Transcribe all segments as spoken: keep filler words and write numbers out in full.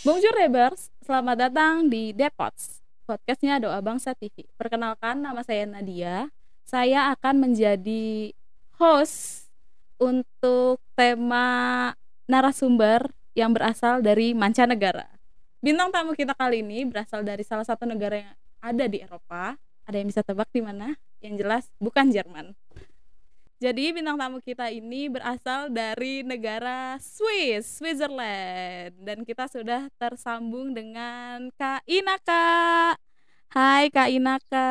Bonjour Rebers, selamat datang di Depots, podcastnya Doa Bangsa T V. Perkenalkan, nama saya Nadia. Saya akan menjadi host untuk tema narasumber yang berasal dari mancanegara. Bintang tamu kita kali ini berasal dari salah satu negara yang ada di Eropa. Ada yang bisa tebak di mana? Yang jelas bukan Jerman. Jadi bintang tamu kita ini berasal dari negara Swiss, Switzerland. Dan kita sudah tersambung dengan Kak Inaka. Hai Kak Inaka.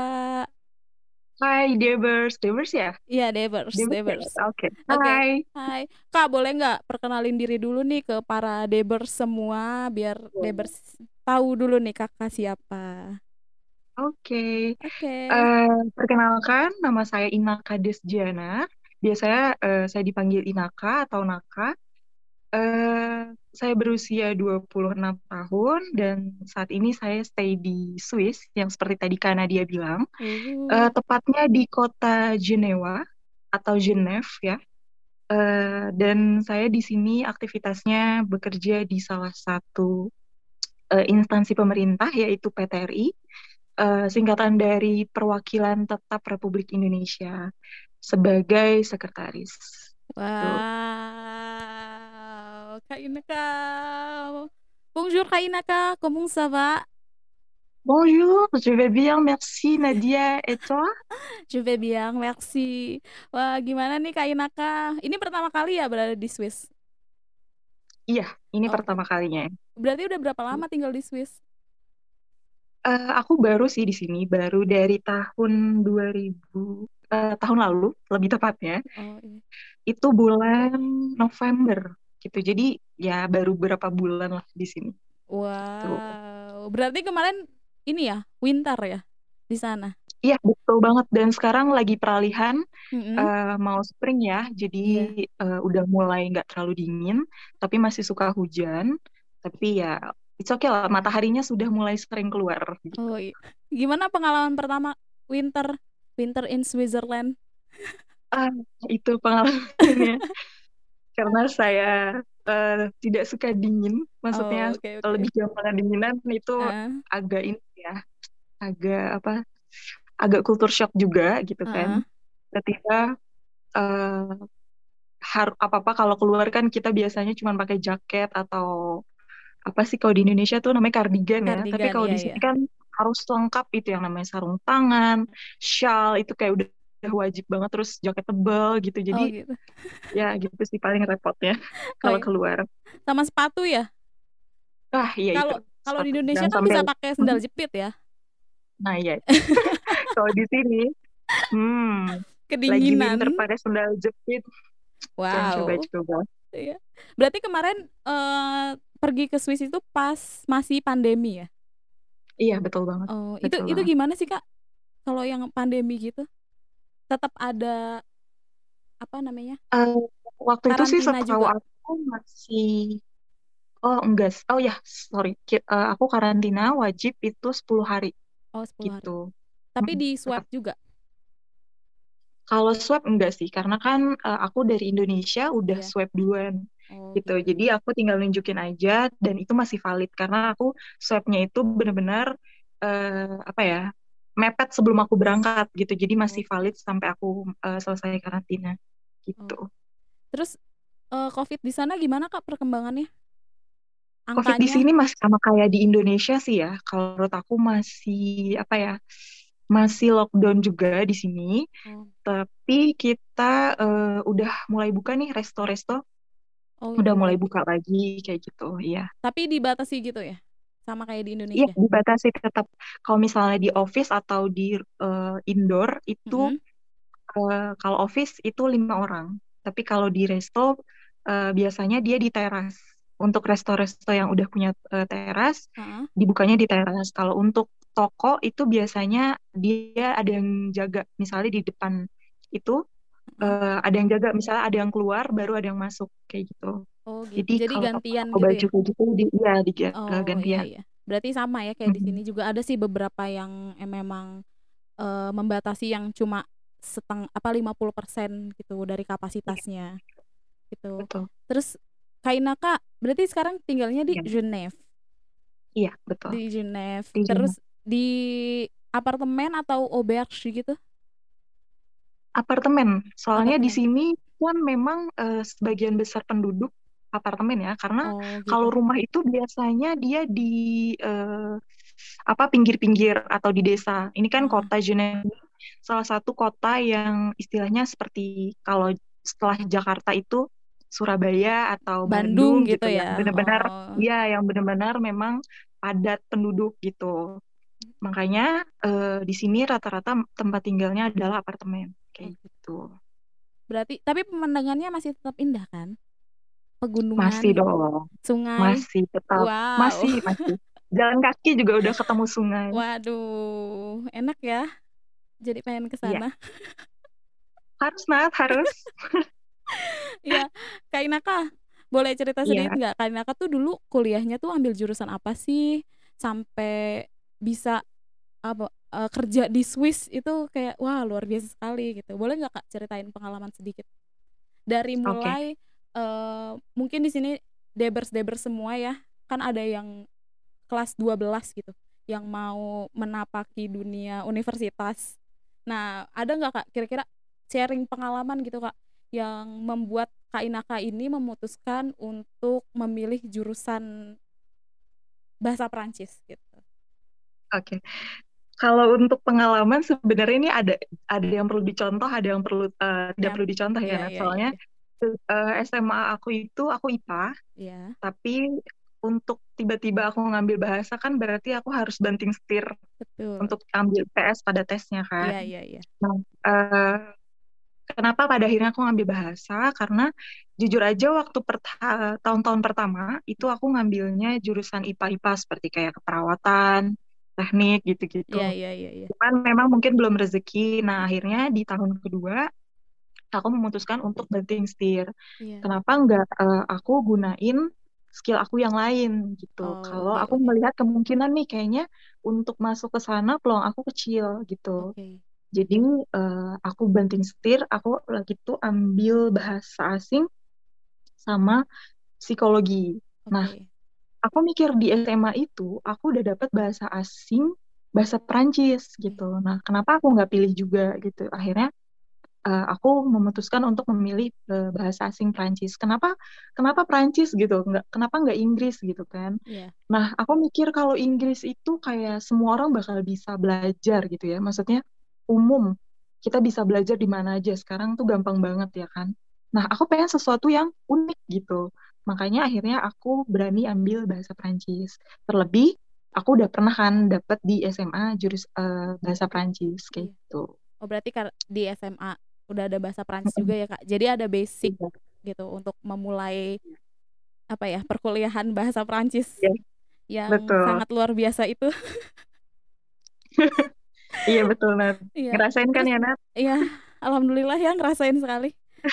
Hai Debers, Debers ya? Iya, Devers, Debers ya? Devers. Oke. Oke, Hai. hai. Kak, boleh nggak perkenalin diri dulu nih ke para Devers semua, biar Boleh. Devers tahu dulu nih kakak siapa. Oke. Oke. Eh, perkenalkan, nama saya Inaka Desjana. Biasanya eh, saya dipanggil Inaka atau Naka. Eh, saya berusia dua puluh enam tahun dan saat ini saya stay di Swiss, yang seperti tadi Kak Nadia bilang. Uh. Eh, tepatnya di kota Jenewa atau Genève ya. Eh, dan saya di sini aktivitasnya bekerja di salah satu eh, instansi pemerintah yaitu P T R I, eh, singkatan dari Perwakilan Tetap Republik Indonesia sebagai sekretaris. Tuh. Wow, Kak Inaka. Bonjour Kak Inaka, comment ça va? Bonjour, je vais bien, merci Nadia. Et toi? Je vais bien, merci. Wah, gimana nih Kak Inaka? Ini pertama kali ya berada di Swiss? Iya, ini Oke. pertama kalinya. Berarti udah berapa lama tinggal di Swiss? Eh, aku baru sih di sini, baru dari tahun dua ribu, eh, tahun lalu, lebih tepatnya. Oh iya. Itu bulan November gitu. Jadi ya baru beberapa bulan lah di sini. Tuh. Wow, berarti kemarin ini ya, winter ya di sana? Iya, betul banget. Dan sekarang lagi peralihan Mm-mm. eh, mau spring ya, jadi Iya. eh, udah mulai nggak terlalu dingin, tapi masih suka hujan. Tapi ya, it's okay lah, mataharinya sudah mulai sering keluar. Gitu. Oh iya. Gimana pengalaman pertama winter, winter in Switzerland? Ah, itu pengalamannya. Karena saya eh, tidak suka dingin, maksudnya Oh, oke oke. lebih gampang kedinginan itu Ah, agak ini ya, agak apa, agak culture shock juga gitu kan. ah, Ketika eh, har apa-apa kalau keluar kan kita biasanya cuma pakai jaket atau apa sih kalau di Indonesia tuh namanya kardigan ya. Tapi kardigan, kalau iya di iya. sini kan harus lengkap itu yang namanya sarung tangan, shawl itu kayak udah udah wajib banget terus jaket tebal gitu. Jadi Oh gitu. ya gitu sih paling repotnya Oh kalau iya. keluar. Sama sepatu ya. Ah iya itu Kalau kalau di sepatu Indonesia dan kan sampai bisa pakai hmm, sendal jepit ya. nah iya kalau di sini hmm lagi winter Kedinginan. pakai sandal jepit jangan Wow. coba-coba. Iya. Berarti kemarin eh, pergi ke Swiss itu pas masih pandemi ya? Iya betul banget, Oh, itu betul itu banget. gimana sih Kak? Kalau yang pandemi gitu, tetap ada apa namanya? Eh, Waktu itu sih Karantina setahu juga. aku masih, oh enggak, oh ya sorry. Ki- eh, aku karantina wajib itu sepuluh hari Oh, sepuluh hari. gitu. Tapi Mm, di swab tetap. juga. Kalau swab enggak sih, karena kan eh, aku dari Indonesia udah Iya. swab duluan Oh, gitu. gitu. Jadi aku tinggal nunjukin aja dan itu masih valid karena aku swabnya itu benar-benar eh, apa ya, mepet sebelum aku berangkat gitu. Jadi masih Oh, gitu. valid sampai aku eh, selesai karantina gitu. Oh. Terus eh, COVID di sana gimana Kak perkembangannya? COVID di Angkanya? sini masih sama kayak di Indonesia sih ya. Kalau menurut aku masih apa ya, masih lockdown juga di sini. Oh. Tapi kita eh, udah mulai buka nih resto-resto, Oh, udah udah mulai mulai buka. buka lagi kayak gitu. Iya, Tapi dibatasi gitu ya? Sama kayak di iya Indonesia. dibatasi tetap. Kalau misalnya di office atau di eh, indoor itu Mm-mm. eh, kalau office itu lima orang. Tapi kalau di resto eh, biasanya dia di teras. Untuk resto-resto yang udah punya eh, teras, Ah, dibukanya di teras. Kalau untuk toko itu biasanya dia ada yang jaga. Misalnya di depan itu ah. eh, ada yang jaga. Misalnya ada yang keluar, baru ada yang masuk kayak gitu. Oh gitu. Jadi Jadi kalau gantian toko gitu baju ya? kayak gitu, di, ya di eh, Oh iya gantian. iya. Berarti sama ya kayak di sini Mhm. juga ada sih beberapa yang eh, memang eh, membatasi yang cuma seteng apa lima puluh persen gitu dari Iya, kapasitasnya gitu. betul. Terus Kak Inaka berarti sekarang tinggalnya di Ya. Genève. Iya, betul. Di Genève. Di Genève. Terus di apartemen atau auberge gitu? Apartemen. Soalnya di Apartemen. sini kan memang eh, sebagian besar penduduk apartemen ya, karena Oh kalau gitu. rumah itu biasanya dia di eh, apa pinggir-pinggir atau di desa. Ini kan Heeh. kota Genève salah satu kota yang istilahnya seperti kalau setelah Jakarta itu Surabaya atau Bandung Bandung gitu gitu yang ya. benar-benar Oh. ya yang benar-benar memang padat penduduk gitu. Makanya eh, di sini rata-rata tempat tinggalnya adalah apartemen Oh kayak gitu. gitu. Berarti tapi pemandangannya masih tetap indah kan? Masih Pegunungan, dong, sungai. masih tetap Wow. masih masih jalan kaki juga udah ketemu sungai. Waduh, enak ya. Jadi pengen ke Iya, sana. harus Nat, harus. Iya, Kak Inaka, boleh cerita sedikit Iya, nggak? Kak Inaka tuh dulu kuliahnya tuh ambil jurusan apa sih? Sampai bisa apa eh, kerja di Swiss itu kayak wah luar biasa sekali gitu. Boleh nggak Kak ceritain pengalaman sedikit? Dari oke. mulai eh, mungkin di sini debers-debers semua ya. Kan ada yang kelas dua belas gitu yang mau menapaki dunia universitas. Nah, ada nggak Kak kira-kira sharing pengalaman gitu Kak yang membuat Kak Inaka ini memutuskan untuk memilih jurusan bahasa Perancis gitu. Oke. Kalau untuk pengalaman sebenarnya ini ada ada yang perlu dicontoh, ada yang perlu eh, tidak Yang perlu dicontoh ya. iya Nat. iya iya Soalnya iya. eh, S M A aku itu aku I P A, Iya, tapi untuk tiba-tiba aku ngambil bahasa kan berarti aku harus banting setir betul. untuk ambil P S pada tesnya kan. Iya iya iya. Nah, eh, kenapa pada akhirnya aku ngambil bahasa? Karena jujur aja waktu perta- tahun-tahun pertama itu aku ngambilnya jurusan I P A I P A seperti kayak keperawatan, teknik Iya gitu-gitu. iya iya iya. Cuman memang mungkin belum rezeki. Nah, akhirnya di tahun kedua aku memutuskan untuk banting setir. Iya. Kenapa nggak eh, aku gunain skill aku yang lain gitu. Oh, Kalau oke aku oke. melihat kemungkinan nih kayaknya untuk masuk ke sana peluang aku kecil gitu. Oke. Jadi eh, aku banting setir, aku lagi tuh ambil bahasa asing sama psikologi. Nah, Oke. aku mikir di S M A itu aku udah dapat bahasa asing, bahasa Perancis Oke. gitu. Nah, kenapa aku nggak pilih juga gitu? Akhirnya eh, aku memutuskan untuk memilih eh, bahasa asing Perancis. Kenapa? Kenapa Perancis gitu? Nggak, kenapa nggak Inggris gitu kan? Iya. Nah, aku mikir kalau Inggris itu kayak semua orang bakal bisa belajar gitu ya. Maksudnya umum, kita bisa belajar di mana aja. Sekarang tuh gampang banget ya kan. Nah, aku pengen sesuatu yang unik gitu. Makanya akhirnya aku berani ambil bahasa Prancis. Terlebih, aku udah pernah kan dapet di S M A jurus eh, bahasa Prancis kayak Iya. gitu. Oh, berarti kar- di S M A udah ada bahasa Prancis juga Mm-mm. ya, Kak. Jadi ada basic Iya, gitu untuk memulai apa ya, perkuliahan bahasa Prancis iya, yang betul. sangat luar biasa itu. Iya, betul, Nat. Iya. Ngerasain kan Terus ya, Nat? iya, alhamdulillah ya ngerasain sekali.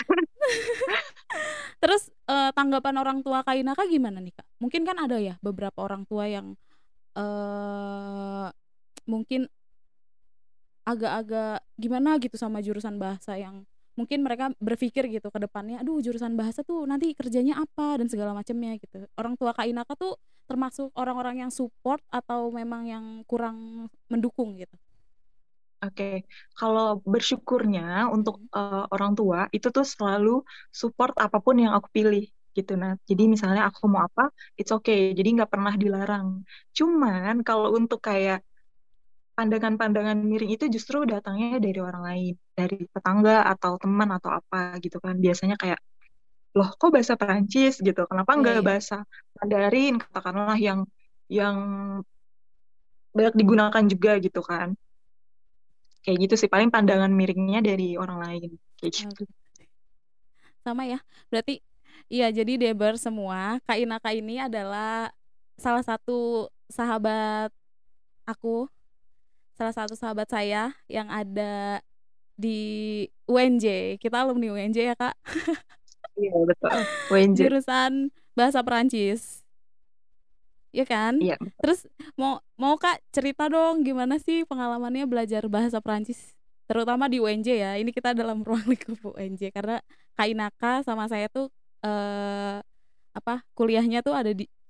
Terus eh, tanggapan orang tua Kak Inaka gimana nih, Kak? Mungkin kan ada ya beberapa orang tua yang eh mungkin agak-agak gimana gitu sama jurusan bahasa yang mungkin mereka berpikir gitu ke depannya, aduh jurusan bahasa tuh nanti kerjanya apa dan segala macamnya gitu. Orang tua Kak Inaka tuh termasuk orang-orang yang support atau memang yang kurang mendukung gitu. Oke, kalau bersyukurnya untuk Hmm. eh, orang tua itu tuh selalu support apapun yang aku pilih gitu nah. Jadi misalnya Oh, aku mau apa, it's okay. Jadi nggak pernah dilarang. Cuman kalau untuk kayak pandangan-pandangan miring itu justru datangnya dari orang lain, dari tetangga atau teman atau apa gitu kan. Biasanya kayak, loh kok bahasa Perancis gitu? Kenapa iya nggak iya. bahasa Mandarin katakanlah yang yang banyak digunakan juga gitu kan? Kayak gitu sih paling pandangan miringnya dari orang lain kayak gitu. Oke. Sama ya. Berarti iya jadi Deber semua, Kak Inaka ini adalah salah satu sahabat aku, salah satu sahabat saya yang ada di U N J. Kita alumni U N J ya, Kak. Iya betul. W N J. Jurusan bahasa Perancis. Ya kan? Iya. Terus mau mau Kak cerita dong gimana sih pengalamannya belajar bahasa Perancis terutama di U N J ya. Ini kita dalam ruang lingkup U N J karena Kak Inaka sama saya tuh eh apa kuliahnya tuh ada di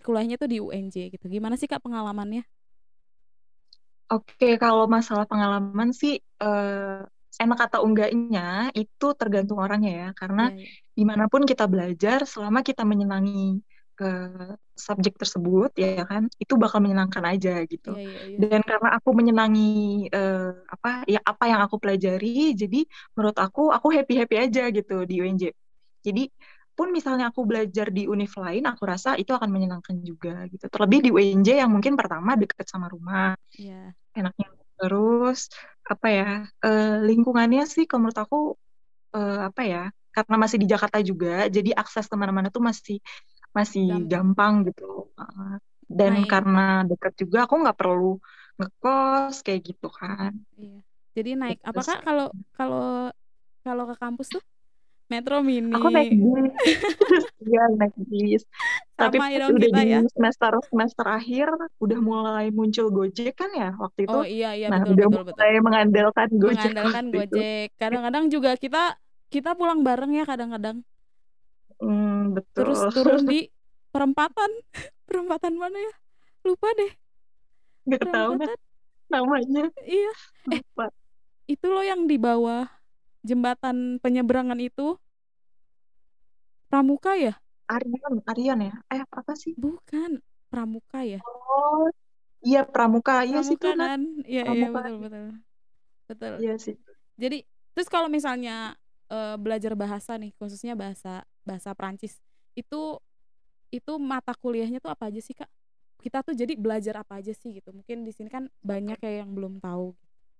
kuliahnya tuh di U N J gitu. Gimana sih Kak pengalamannya? Oke, kalau masalah pengalaman sih eh, enak atau enggaknya itu tergantung orangnya ya. Karena Iya, iya. dimanapun kita belajar, selama kita menyenangi eh, subjek tersebut, ya kan, itu bakal menyenangkan aja gitu. Iya, iya, iya. Dan karena aku menyenangi eh, apa ya apa yang aku pelajari, jadi menurut aku aku happy happy aja gitu di U N J. Jadi pun misalnya aku belajar di univ lain, aku rasa itu akan menyenangkan juga gitu. Terlebih di U N J yang mungkin pertama deket sama rumah Iya, enaknya. Terus apa ya, eh, lingkungannya sih kalau menurut aku eh, apa ya, karena masih di Jakarta juga jadi akses kemana-mana tuh masih masih gampang. gampang gitu. Eh, dan Naik, karena dekat juga aku nggak perlu ngekos kayak gitu kan. iya. Jadi naik Gitu apa Kak sih. kalau kalau kalau ke kampus tuh? Metro Mini. Aku naik bis. Iya, naik bis. Tapi Sama ya pas dong udah kita di ya. semester semester akhir udah mulai muncul Gojek kan ya waktu itu. Oh iya, iya, Nah, betul, udah betul, betul. mulai mengandalkan Gojek Mengandalkan waktu itu. Gojek. Kadang-kadang juga kita kita pulang bareng ya kadang-kadang. Hmm, Terus betul. turun di perempatan. Perempatan mana ya? Lupa deh. Nggak tahu nah, Perempatan. namanya. Iya. Eh, Lupa. itu loh yang di bawah jembatan penyeberangan itu Pramuka ya? Aryan, Aryan ya? Eh, apa sih? Bukan. Pramuka ya? Oh, iya Pramuka. Iya sih Pramuka tuh, Nat. kan? Iya, iya, Pramuka. betul, betul. Betul. Iya sih. Jadi, terus kalau misalnya eh, belajar bahasa nih, khususnya bahasa bahasa Prancis, itu itu mata kuliahnya tuh apa aja sih, Kak? Kita tuh jadi belajar apa aja sih gitu. Mungkin di sini kan banyak Oke. kayak yang belum tahu.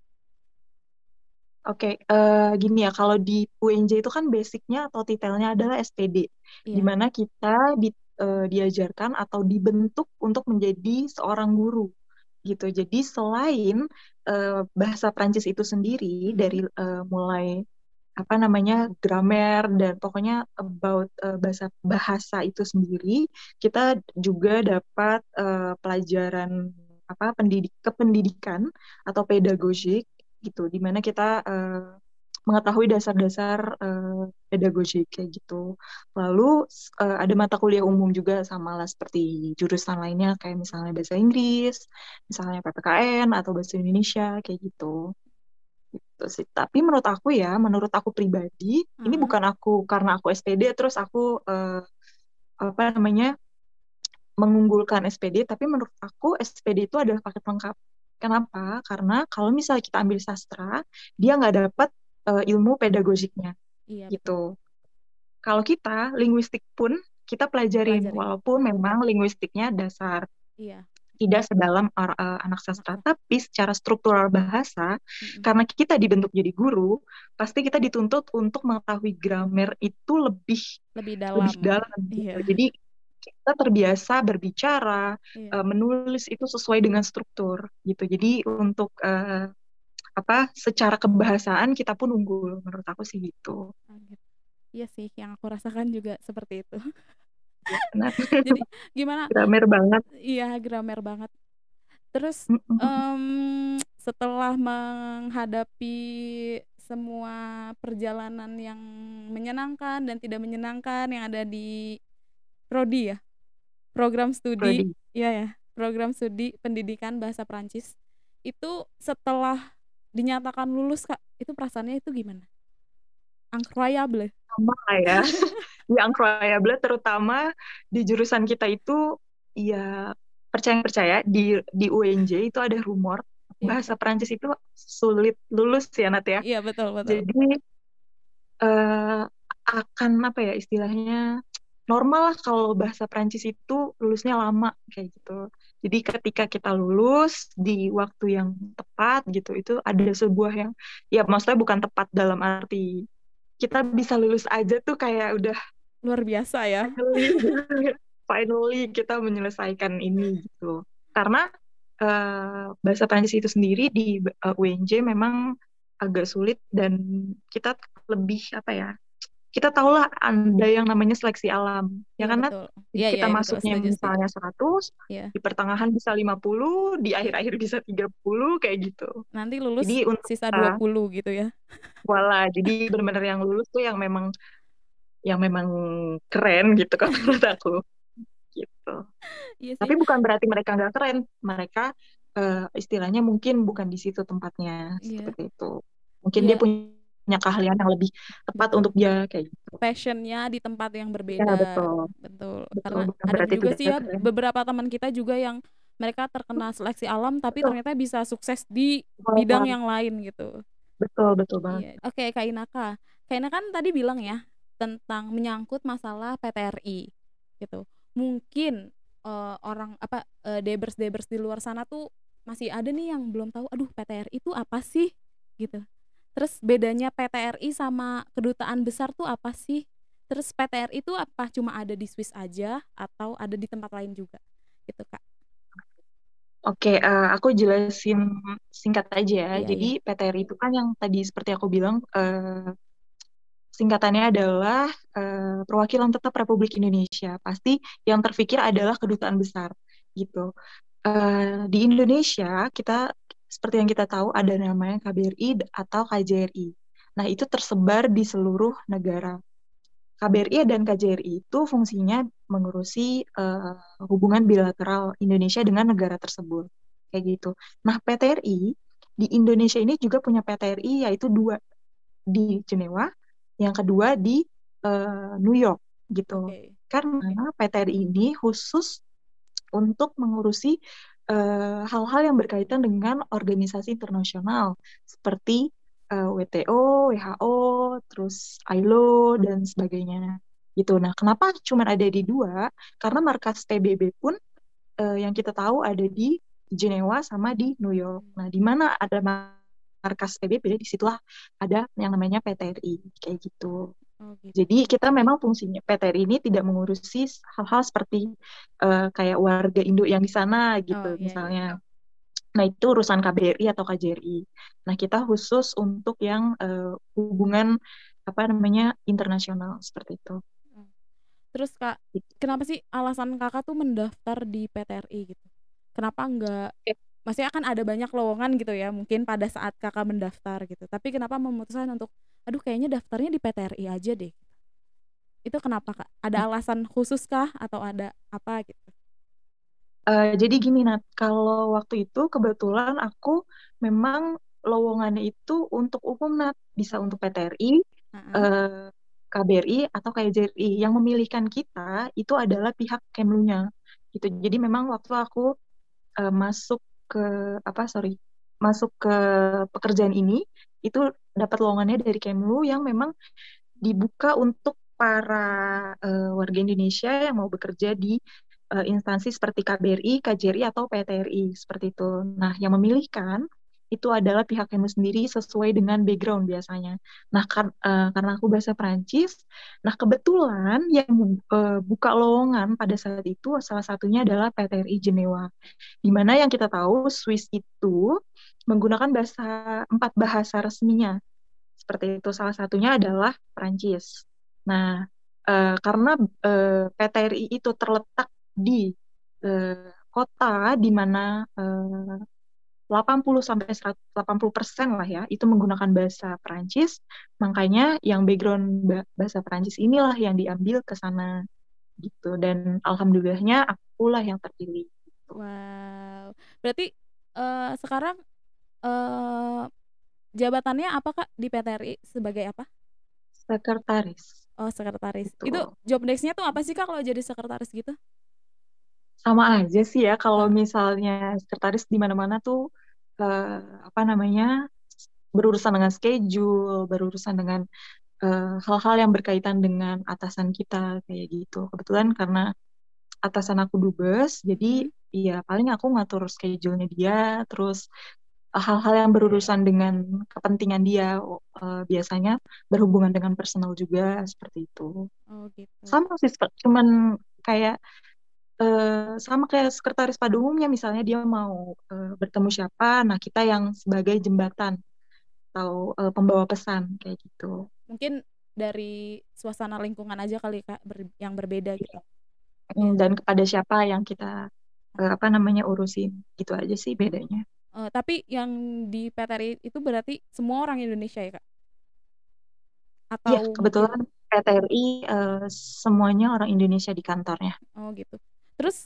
Oke, eh, gini ya, kalau di U N J itu kan basicnya atau titelnya adalah S P D, di Iya. mana kita di, eh, diajarkan atau dibentuk untuk menjadi seorang guru, gitu. Jadi selain eh, bahasa Prancis itu sendiri, dari Mm-mm. eh, mulai apa namanya grammar dan pokoknya about eh, bahasa bahasa itu sendiri, kita juga dapat eh, pelajaran apa pendidik kependidikan atau pedagogik gitu, di mana kita eh, mengetahui dasar-dasar eh, pedagogik kayak gitu. Lalu s- eh, ada mata kuliah umum juga sama lah seperti jurusan lainnya kayak misalnya bahasa Inggris, misalnya P P K N atau bahasa Indonesia kayak gitu. Gitu sih. Tapi menurut aku ya, menurut aku pribadi, ini Ah, bukan aku karena aku S P D terus aku eh, apa namanya mengunggulkan S P D, tapi menurut aku S P D itu adalah paket lengkap. Kenapa? Karena kalau misalnya kita ambil sastra, dia nggak dapat eh, ilmu pedagogiknya iya betul. gitu. Kalau kita linguistik pun kita pelajarin, Pelajarin. walaupun memang linguistiknya dasar, Iya, tidak sedalam or- eh, anak anak sastra, sastra. tapi secara struktural bahasa, Mm-mm. karena kita dibentuk jadi guru, pasti kita dituntut untuk mengetahui grammar itu lebih Lebih lebih dalam. dalam gitu. Iya, Jadi kita terbiasa berbicara, iya. eh, menulis itu sesuai dengan struktur gitu. Jadi untuk eh, apa secara kebahasaan kita pun unggul, menurut aku sih gitu. Ah, gitu. Iya sih, yang aku rasakan juga seperti itu. Ya, benar. Jadi gimana? Grammar banget. Iya, grammar banget. Terus Mm-mm. em, setelah menghadapi semua perjalanan yang menyenangkan dan tidak menyenangkan yang ada di prodi ya, program studi, Prodi. iya ya, program studi pendidikan bahasa Prancis. Itu setelah dinyatakan lulus Kak, itu perasaannya itu gimana? Incroyable. Sama lah ya. Yang incroyable terutama di jurusan kita itu ya percaya nggak percaya di di U N J itu ada rumor Iya, bahasa Perancis itu sulit lulus ya Nat ya. iya betul betul. Jadi eh, akan apa ya istilahnya normal lah kalau bahasa Perancis itu lulusnya lama kayak gitu. Jadi ketika kita lulus di waktu yang tepat gitu itu ada sebuah yang ya maksudnya bukan tepat dalam arti kita bisa lulus aja tuh kayak udah Luar biasa ya. finally finally kita menyelesaikan ini gitu. Karena eh, bahasa Prancis itu sendiri di eh, U N J memang agak sulit dan kita lebih apa ya? Kita tahulah ada yang namanya seleksi alam, ya Iya kan Nat? betul. Jadi Iya iya kita iya, betul, masuknya setuju setuju. misalnya seratus, Iya. di pertengahan bisa lima puluh, di Iya. akhir-akhir bisa tiga puluh kayak gitu. Nanti lulus Jadi untuk sisa kita, dua puluh gitu ya. wala, jadi benar-benar yang lulus tuh yang memang yang memang keren gitu kalau menurut aku. Gitu. gitu. Iya sih. Tapi bukan berarti mereka nggak keren, mereka eh, istilahnya mungkin bukan di situ tempatnya Iya. seperti itu. Mungkin dia Iya, punya keahlian yang lebih tepat betul. untuk dia kayak gitu. Passionnya di tempat yang Ya berbeda, betul, betul. betul Karena bukan ada berarti juga tidak sih ya keren. beberapa teman kita juga yang mereka terkena seleksi alam tapi Betul, ternyata bisa sukses di bidang betul, yang lain gitu. betul, betul banget. Iya. Oke, Kak Inaka. Kak Inaka kan tadi bilang ya tentang menyangkut masalah P T R I gitu. Mungkin eh, orang apa eh, debers-debers di luar sana tuh masih ada nih yang belum tahu, aduh P T R I itu apa sih gitu. Terus bedanya P T R I sama kedutaan besar tuh apa sih? Terus P T R I itu apa cuma ada di Swiss aja atau ada di tempat lain juga? Gitu, Kak. Oke, eh, aku jelasin singkat aja ya. Iya, Jadi iya. P T R I itu kan yang tadi seperti aku bilang, eh, singkatannya adalah eh, Perwakilan Tetap Republik Indonesia. Pasti yang terfikir adalah kedutaan besar gitu. Eh, di Indonesia kita seperti yang kita tahu ada namanya K B R I atau K J R I. Nah, itu tersebar di seluruh negara. K B R I dan K J R I itu fungsinya mengurusi eh, hubungan bilateral Indonesia dengan negara tersebut. Kayak gitu. Nah, P T R I di Indonesia ini juga punya P T R I yaitu dua di Jenewa, yang kedua di eh, New York gitu. Oke. Karena P T R I ini khusus untuk mengurusi eh, hal-hal yang berkaitan dengan organisasi internasional seperti eh, W T O, W H O, terus I L O dan sebagainya. Gitu. Nah, kenapa cuma ada di dua? Karena markas P B B pun eh, yang kita tahu ada di Jenewa sama di New York. Hmm. Nah, di mana ada markas P B B, disitulah ada yang namanya P T R I, kayak gitu. Oh, Jadi gitu. kita memang fungsinya P T R I ini tidak mengurusi hal-hal seperti eh, kayak warga Indo yang di sana Oh, gitu iya, iya. misalnya. Nah itu urusan K B R I atau K J R I. Nah kita khusus untuk yang eh, hubungan apa namanya internasional seperti itu. Oh. Terus Kak, Gitu. kenapa sih alasan Kakak tuh mendaftar di P T R I gitu? Kenapa enggak, Oke. maksudnya kan ada banyak lowongan gitu ya, mungkin pada saat Kakak mendaftar gitu. Tapi kenapa memutuskan untuk, aduh kayaknya daftarnya di P T R I aja deh. Itu kenapa Kak? Ada alasan khusus kah atau ada apa gitu? Eh, jadi gini Nat, kalau waktu itu kebetulan aku memang lowongannya itu untuk umum Nat, bisa Oh, untuk P T R I, heeh. eh, K B R I atau K J R I. Yang memilihkan kita itu adalah pihak Kemlunya gitu. Jadi memang waktu aku eh, masuk ke apa sorry masuk ke pekerjaan ini itu dapat lowongannya dari Kemlu yang memang dibuka untuk para eh, warga Indonesia yang mau bekerja di eh, instansi seperti K B R I, K J R I, atau P T R I seperti itu. Nah, yang memilihkan itu adalah pihak Kemlu sendiri sesuai dengan background biasanya. Nah, kar- eh, karena aku bahasa Perancis, nah kebetulan yang eh, buka lowongan pada saat itu salah satunya adalah P T R I Jenewa. Di mana yang kita tahu Swiss itu menggunakan bahasa empat bahasa resminya. Seperti itu salah satunya adalah Perancis. Nah, eh, karena eh, P T R I itu terletak di eh, kota di mana eh, delapan puluh sampai seratus delapan puluh persen lah ya itu menggunakan bahasa Perancis, makanya yang background ba- bahasa Perancis inilah yang diambil ke sana gitu dan alhamdulillahnya akulah yang terpilih gitu. Wow. Berarti eh, sekarang eh, jabatannya apa Kak di P T R I sebagai apa? Sekretaris Oh, sekretaris. itu. Itu job desk-nya tuh apa sih Kak kalau jadi sekretaris gitu? Sama aja sih ya kalau Eh, misalnya sekretaris di mana-mana tuh eh, apa namanya berurusan dengan schedule, berurusan dengan eh, hal-hal yang berkaitan dengan atasan kita kayak gitu. Kebetulan karena atasan aku dubes, jadi mm-mm. ya paling aku ngatur schedule-nya dia, terus eh, hal-hal yang berurusan dengan kepentingan dia eh, biasanya berhubungan dengan personal juga seperti itu. Oh, gitu. Sama sih, Spe- cuman kayak eh, sama kayak sekretaris pada umumnya misalnya dia mau eh, bertemu siapa, nah kita yang sebagai jembatan atau eh, pembawa pesan kayak gitu. Mungkin dari suasana lingkungan aja kali Kak ber- yang berbeda gitu. Mm, Iya. dan kepada siapa yang kita eh, apa namanya urusin gitu aja sih bedanya. Eh, tapi yang di P T R I itu berarti semua orang Indonesia ya Kak? Iya Atau mungkin kebetulan P T R I eh, semuanya orang Indonesia di kantornya. oh gitu. Terus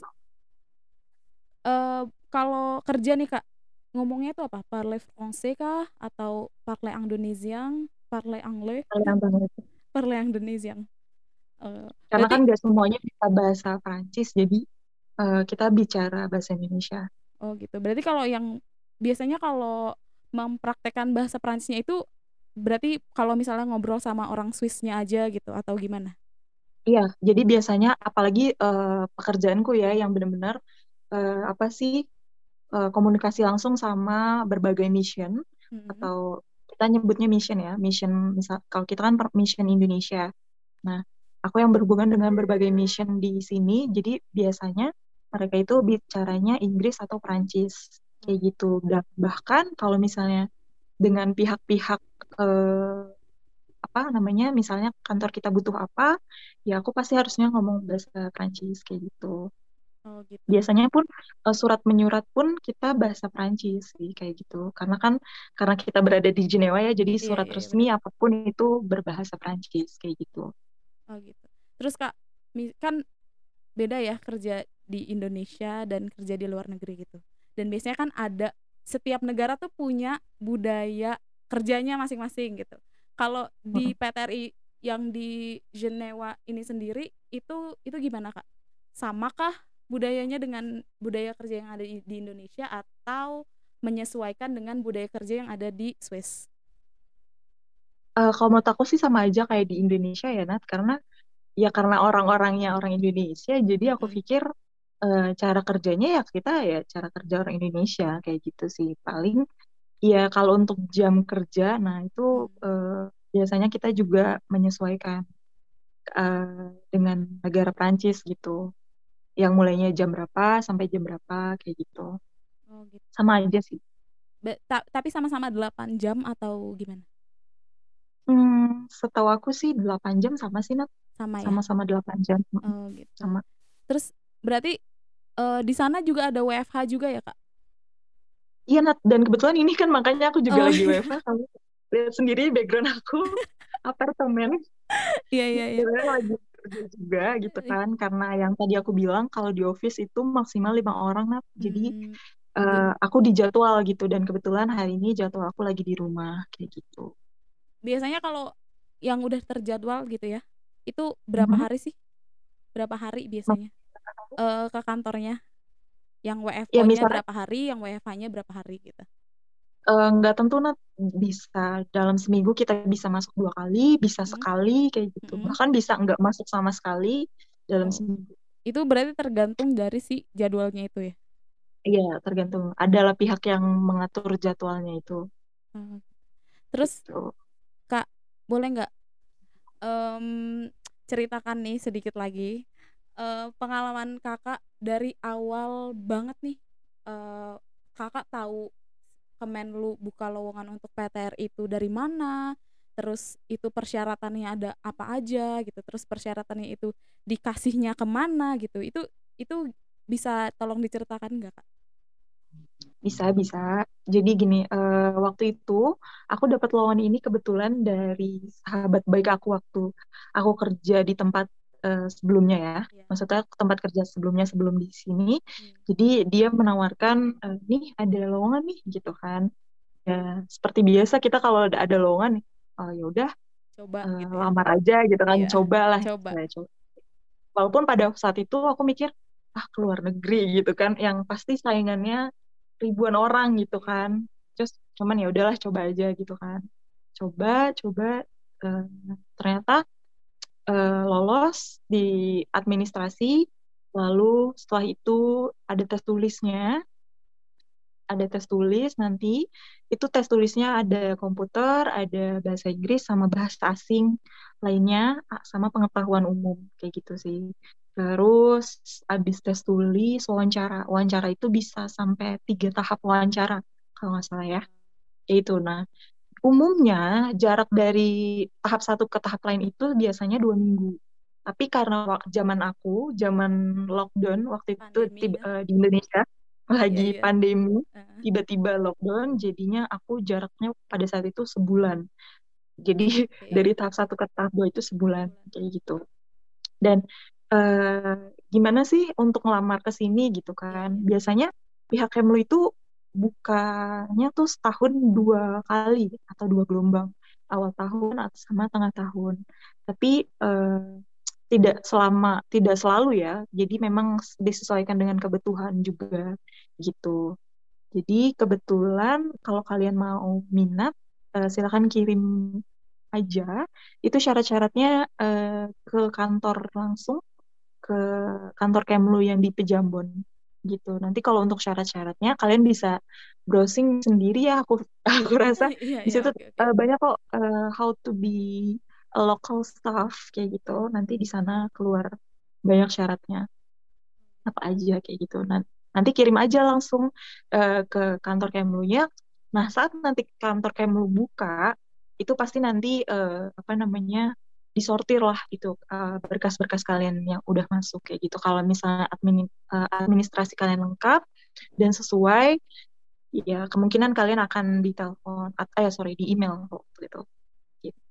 eh kalau kerja nih Kak, ngomongnya itu apa? Parler français kah atau parler indonésien, parler anglais, Kalian banget. parler indonésien? Eh, Karena berarti kan nggak semuanya bisa bahasa Prancis, jadi eh, kita bicara bahasa Indonesia. oh gitu. Berarti kalau yang biasanya kalau mempraktekkan bahasa Prancisnya itu berarti kalau misalnya ngobrol sama orang Swissnya aja gitu atau gimana? Iya, jadi biasanya apalagi eh, pekerjaanku ya yang benar-benar eh, apa sih eh, komunikasi langsung sama berbagai mission Mm-mm. atau kita nyebutnya mission ya, mission misal kalau kita kan per- mission Indonesia. Nah, aku yang berhubungan dengan berbagai mission di sini, jadi biasanya mereka itu bicaranya Inggris atau Prancis kayak Oh, gitu. Dan bahkan kalau misalnya dengan pihak-pihak eh, apa namanya, misalnya kantor kita butuh apa, ya aku pasti harusnya ngomong bahasa Prancis kayak gitu. oh gitu. Biasanya pun eh, surat menyurat pun kita bahasa Prancis sih kayak gitu. Karena kan karena kita berada di Jenewa ya, jadi Iya surat iya iya resmi benar. apapun itu berbahasa Prancis kayak gitu. Oh gitu. Terus Kak, mi- kan beda ya kerja di Indonesia dan kerja di luar negeri gitu. Dan biasanya kan ada setiap negara tuh punya budaya kerjanya masing-masing gitu. Kalau di Mm-mm. P T R I yang di Jenewa ini sendiri itu itu gimana Kak? Samakah budayanya dengan budaya kerja yang ada di, di Indonesia atau menyesuaikan dengan budaya kerja yang ada di Swiss? Eh, kalau menurut aku sih sama aja kayak di Indonesia ya Nat, karena ya karena orang-orangnya orang Indonesia, jadi aku Mm-mm. pikir eh, cara kerjanya ya kita ya cara kerja orang Indonesia kayak gitu sih. Paling ya kalau untuk jam kerja, nah itu Mm. eh, biasanya kita juga menyesuaikan eh, dengan negara Prancis gitu. Yang mulainya jam berapa sampai jam berapa kayak gitu. Oh gitu. Sama aja sih. Be- ta- tapi sama-sama delapan jam atau gimana? Hmm, setahu aku sih delapan jam sama sih, Nat. Sama ya? Sama-sama delapan jam. Mm, Oh gitu. sama. Terus berarti eh, di sana juga ada W F H juga ya Kak? Iya, Nat. Dan kebetulan ini kan makanya aku juga Oh lagi W F H. Kamu lihat sendiri background aku apartemen. iya iya iya. Sebenarnya lagi kerja juga gitu kan. Karena yang tadi aku bilang kalau di office itu maksimal lima orang, Nat. Jadi Hmm, bi- eh, aku dijadwal gitu. Dan kebetulan hari ini jadwal aku lagi di rumah kayak gitu. biasanya kalau yang udah terjadwal gitu ya, itu berapa Mhm. hari sih? Berapa hari biasanya eh, ke kantornya? Yang Ya W F O-nya misalnya berapa hari, yang W F H-nya berapa hari gitu? eh, nggak tentu, Nat. Bisa dalam seminggu kita bisa masuk dua kali, bisa Mm-mm, sekali kayak gitu. mm-mm. Bahkan bisa nggak masuk sama sekali dalam Oh, seminggu. itu berarti tergantung dari si jadwalnya itu ya. Iya, tergantung. Adalah pihak yang mengatur jadwalnya itu. Oh. Terus Gitu. Kak, boleh nggak em, ceritakan nih sedikit lagi eh, pengalaman kakak dari awal banget nih eh, kakak tahu Kemenlu buka lowongan untuk P T R itu dari mana, terus itu persyaratannya ada apa aja gitu, terus persyaratannya itu dikasihnya kemana gitu, itu itu bisa tolong diceritakan nggak Kak? Bisa, bisa. Jadi gini, eh, waktu itu aku dapat lowongan ini kebetulan dari sahabat baik aku waktu aku kerja di tempat eh, sebelumnya ya. Iya. Maksudnya tempat kerja sebelumnya sebelum di sini. Iya. Jadi dia menawarkan, eh, nih ada lowongan nih gitu kan. Ya, seperti biasa kita kalau ada ada lowongan, oh ya udah Coba eh, gitu ya. lamar aja gitu kan, Iya, cobalah. coba. Saya coba. Walaupun pada saat itu aku mikir, ah keluar negeri gitu kan, yang pasti saingannya ribuan orang gitu Iya. kan. Terus cuman ya udahlah coba aja gitu kan. Coba, coba eh, ternyata eh, lolos di administrasi. Lalu setelah itu ada tes tulisnya, ada tes tulis nanti. Itu tes tulisnya ada komputer, ada bahasa Inggris sama bahasa asing lainnya, ah, sama pengetahuan umum kayak gitu sih. Terus abis tes tulis wawancara. Wawancara itu bisa sampai tiga tahap wawancara kalau nggak salah ya. Kayak itu. Nah, umumnya jarak dari tahap satu ke tahap lain itu biasanya dua minggu. Tapi karena wak- zaman aku, zaman lockdown waktu itu Pandemi tiba- ya. eh, di Indonesia Iya, lagi iya. pandemi, Heeh. tiba-tiba lockdown, jadinya aku jaraknya pada saat itu sebulan. Jadi Oke. dari tahap satu ke tahap dua itu sebulan Sebulan. kayak gitu. Dan eh, gimana sih untuk ngelamar ke sini gitu Iya, kan. iya. Biasanya pihak Kemlu itu bukanya tuh setahun dua kali atau dua gelombang, awal tahun atau sama tengah tahun. Tapi eh, tidak selama, tidak selalu ya. Jadi memang disesuaikan dengan kebutuhan juga gitu. Jadi kebetulan kalau kalian mau minat, eh, silakan kirim aja. Itu syarat-syaratnya eh, ke kantor langsung, ke kantor Kemlu yang di Pejambon gitu. Nanti kalau untuk syarat-syaratnya kalian bisa browsing sendiri ya. Aku aku rasa Iya, di iya, situ oke, oke. eh, banyak kok eh, how to be a local staff kayak gitu. Nanti di sana keluar banyak syaratnya apa aja kayak gitu. Nah, nanti kirim aja langsung eh, ke kantor Kemlunya. Nah, saat nanti kantor Kemlu buka, itu pasti nanti eh, apa namanya disortir lah itu eh, berkas-berkas kalian yang udah masuk kayak gitu. Kalau misalnya admin, eh, administrasi kalian lengkap dan sesuai, ya kemungkinan kalian akan ditelepon, at- eh sorry di email waktu itu gitu.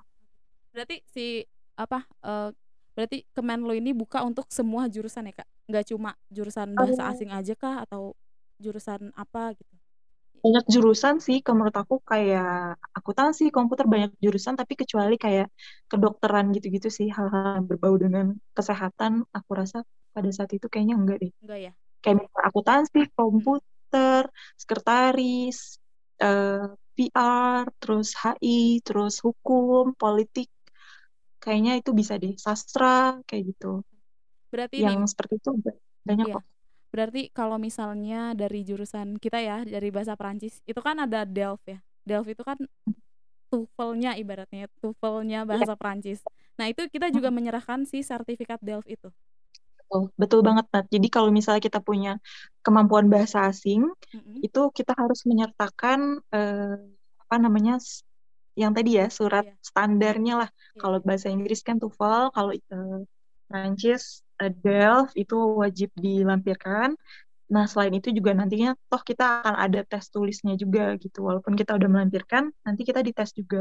Berarti si apa eh, berarti Kemenlu ini buka untuk semua jurusan ya, Kak? Nggak cuma jurusan bahasa Eh, asing aja kah atau jurusan apa gitu? Banyak jurusan sih, kalau menurut aku kayak akuntansi, komputer banyak jurusan, tapi kecuali kayak kedokteran gitu-gitu sih, hal-hal yang berbau dengan kesehatan, aku rasa pada saat itu kayaknya enggak deh. Enggak ya? Kayak misalnya akuntansi, Mm-mm. komputer, sekretaris, eh, P R, terus H I, terus hukum, politik, kayaknya itu bisa deh, sastra, kayak gitu. Berarti Yang ini, seperti itu banyak iya. kok. Berarti kalau misalnya dari jurusan kita ya, dari bahasa Perancis, itu kan ada Delft ya. Delft itu kan TOEFL-nya ibaratnya, TOEFL-nya Iya. bahasa Perancis. Nah, itu kita juga menyerahkan si sertifikat Delft itu. Betul, betul banget, Nat. Jadi kalau misalnya kita punya kemampuan bahasa asing, Mm-mm. itu kita harus menyertakan eh, apa namanya s- yang tadi ya surat Iya, standarnya lah. iya, Kalau iya. bahasa Inggris kan TOEFL, kalau eh, Prancis eh, Delft itu wajib dilampirkan. Nah, selain itu juga nantinya toh kita akan ada tes tulisnya juga gitu. Walaupun kita udah melampirkan, nanti kita dites juga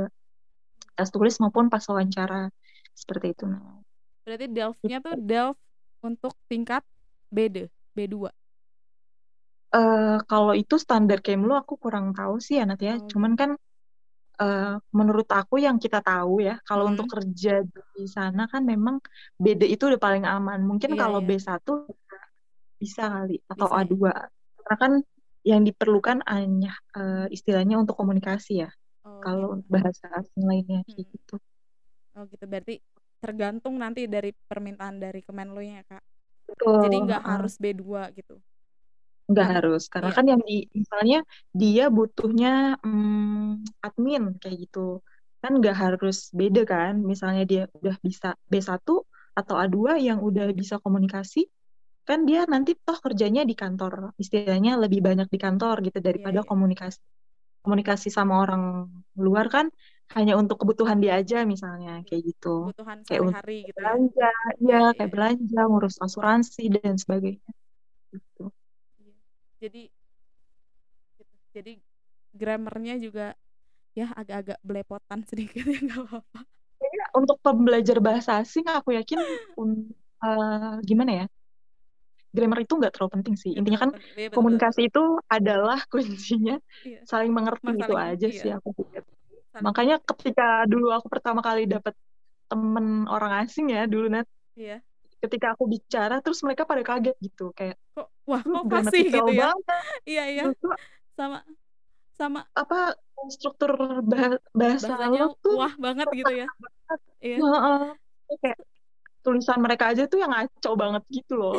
tes tulis maupun pas wawancara seperti itu. Nah, Berarti Delft-nya tuh Delft untuk tingkat B D, B dua. Eh, kalau itu standar Kemlu aku kurang tahu sih ya Nat ya. Oh Cuman gitu. kan eh, menurut aku yang kita tahu ya, kalau untuk Mm-mm. kerja di sana kan memang B D itu udah paling aman. Mungkin Iya, kalau iya, B satu bisa kali atau bisa A ya. dua. Karena kan yang diperlukan hanya eh, istilahnya untuk komunikasi ya. Oh Kalau gitu. bahasa asing lainnya kayak Mm. gitu. Oh gitu. Berarti tergantung nanti dari permintaan dari Kemenlu-nya ya, Kak. Jadi Betul. nggak Heeh. harus B dua gitu. Nggak Kan harus, karena iya. kan yang di, misalnya dia butuhnya mm, admin kayak gitu. Kan nggak harus beda kan, misalnya dia udah bisa B satu atau A dua yang udah bisa komunikasi, kan dia nanti toh kerjanya di kantor, istilahnya lebih banyak di kantor gitu Iya, daripada iya. komunikasi. Komunikasi sama orang luar kan hanya untuk kebutuhan dia aja misalnya, Iya. kayak gitu. Kebutuhan Kayak untuk sehari-hari gitu ya. belanja, ya Iya, iya, kayak iya. belanja, ngurus asuransi dan sebagainya gitu. Iya. Jadi gitu. Jadi grammarnya juga ya agak-agak belepotan sedikit ya nggak apa-apa. Kayaknya untuk pembelajar bahasa asing aku yakin un- eh, gimana ya, grammar itu nggak terlalu penting sih, Nggak intinya terlalu kan penting. Iya betul, betul. komunikasi itu adalah kuncinya, Iya. saling mengerti Mas itu saling aja iya, sih aku pikir. saling Makanya mengerti. ketika dulu aku pertama kali dapet temen orang asing ya dulu Nat, Iya. ketika aku bicara terus mereka pada kaget gitu kayak Kok wah lu kok fasih gramatikal gitu ya. banget Iya, iya. gitu, Sama sama apa struktur bah- bahasa lo bahasanya tuh wah banget gitu ya. tertata banget. Iya. Heeh. Kayak tulisan mereka aja tuh yang ngaco banget gitu loh.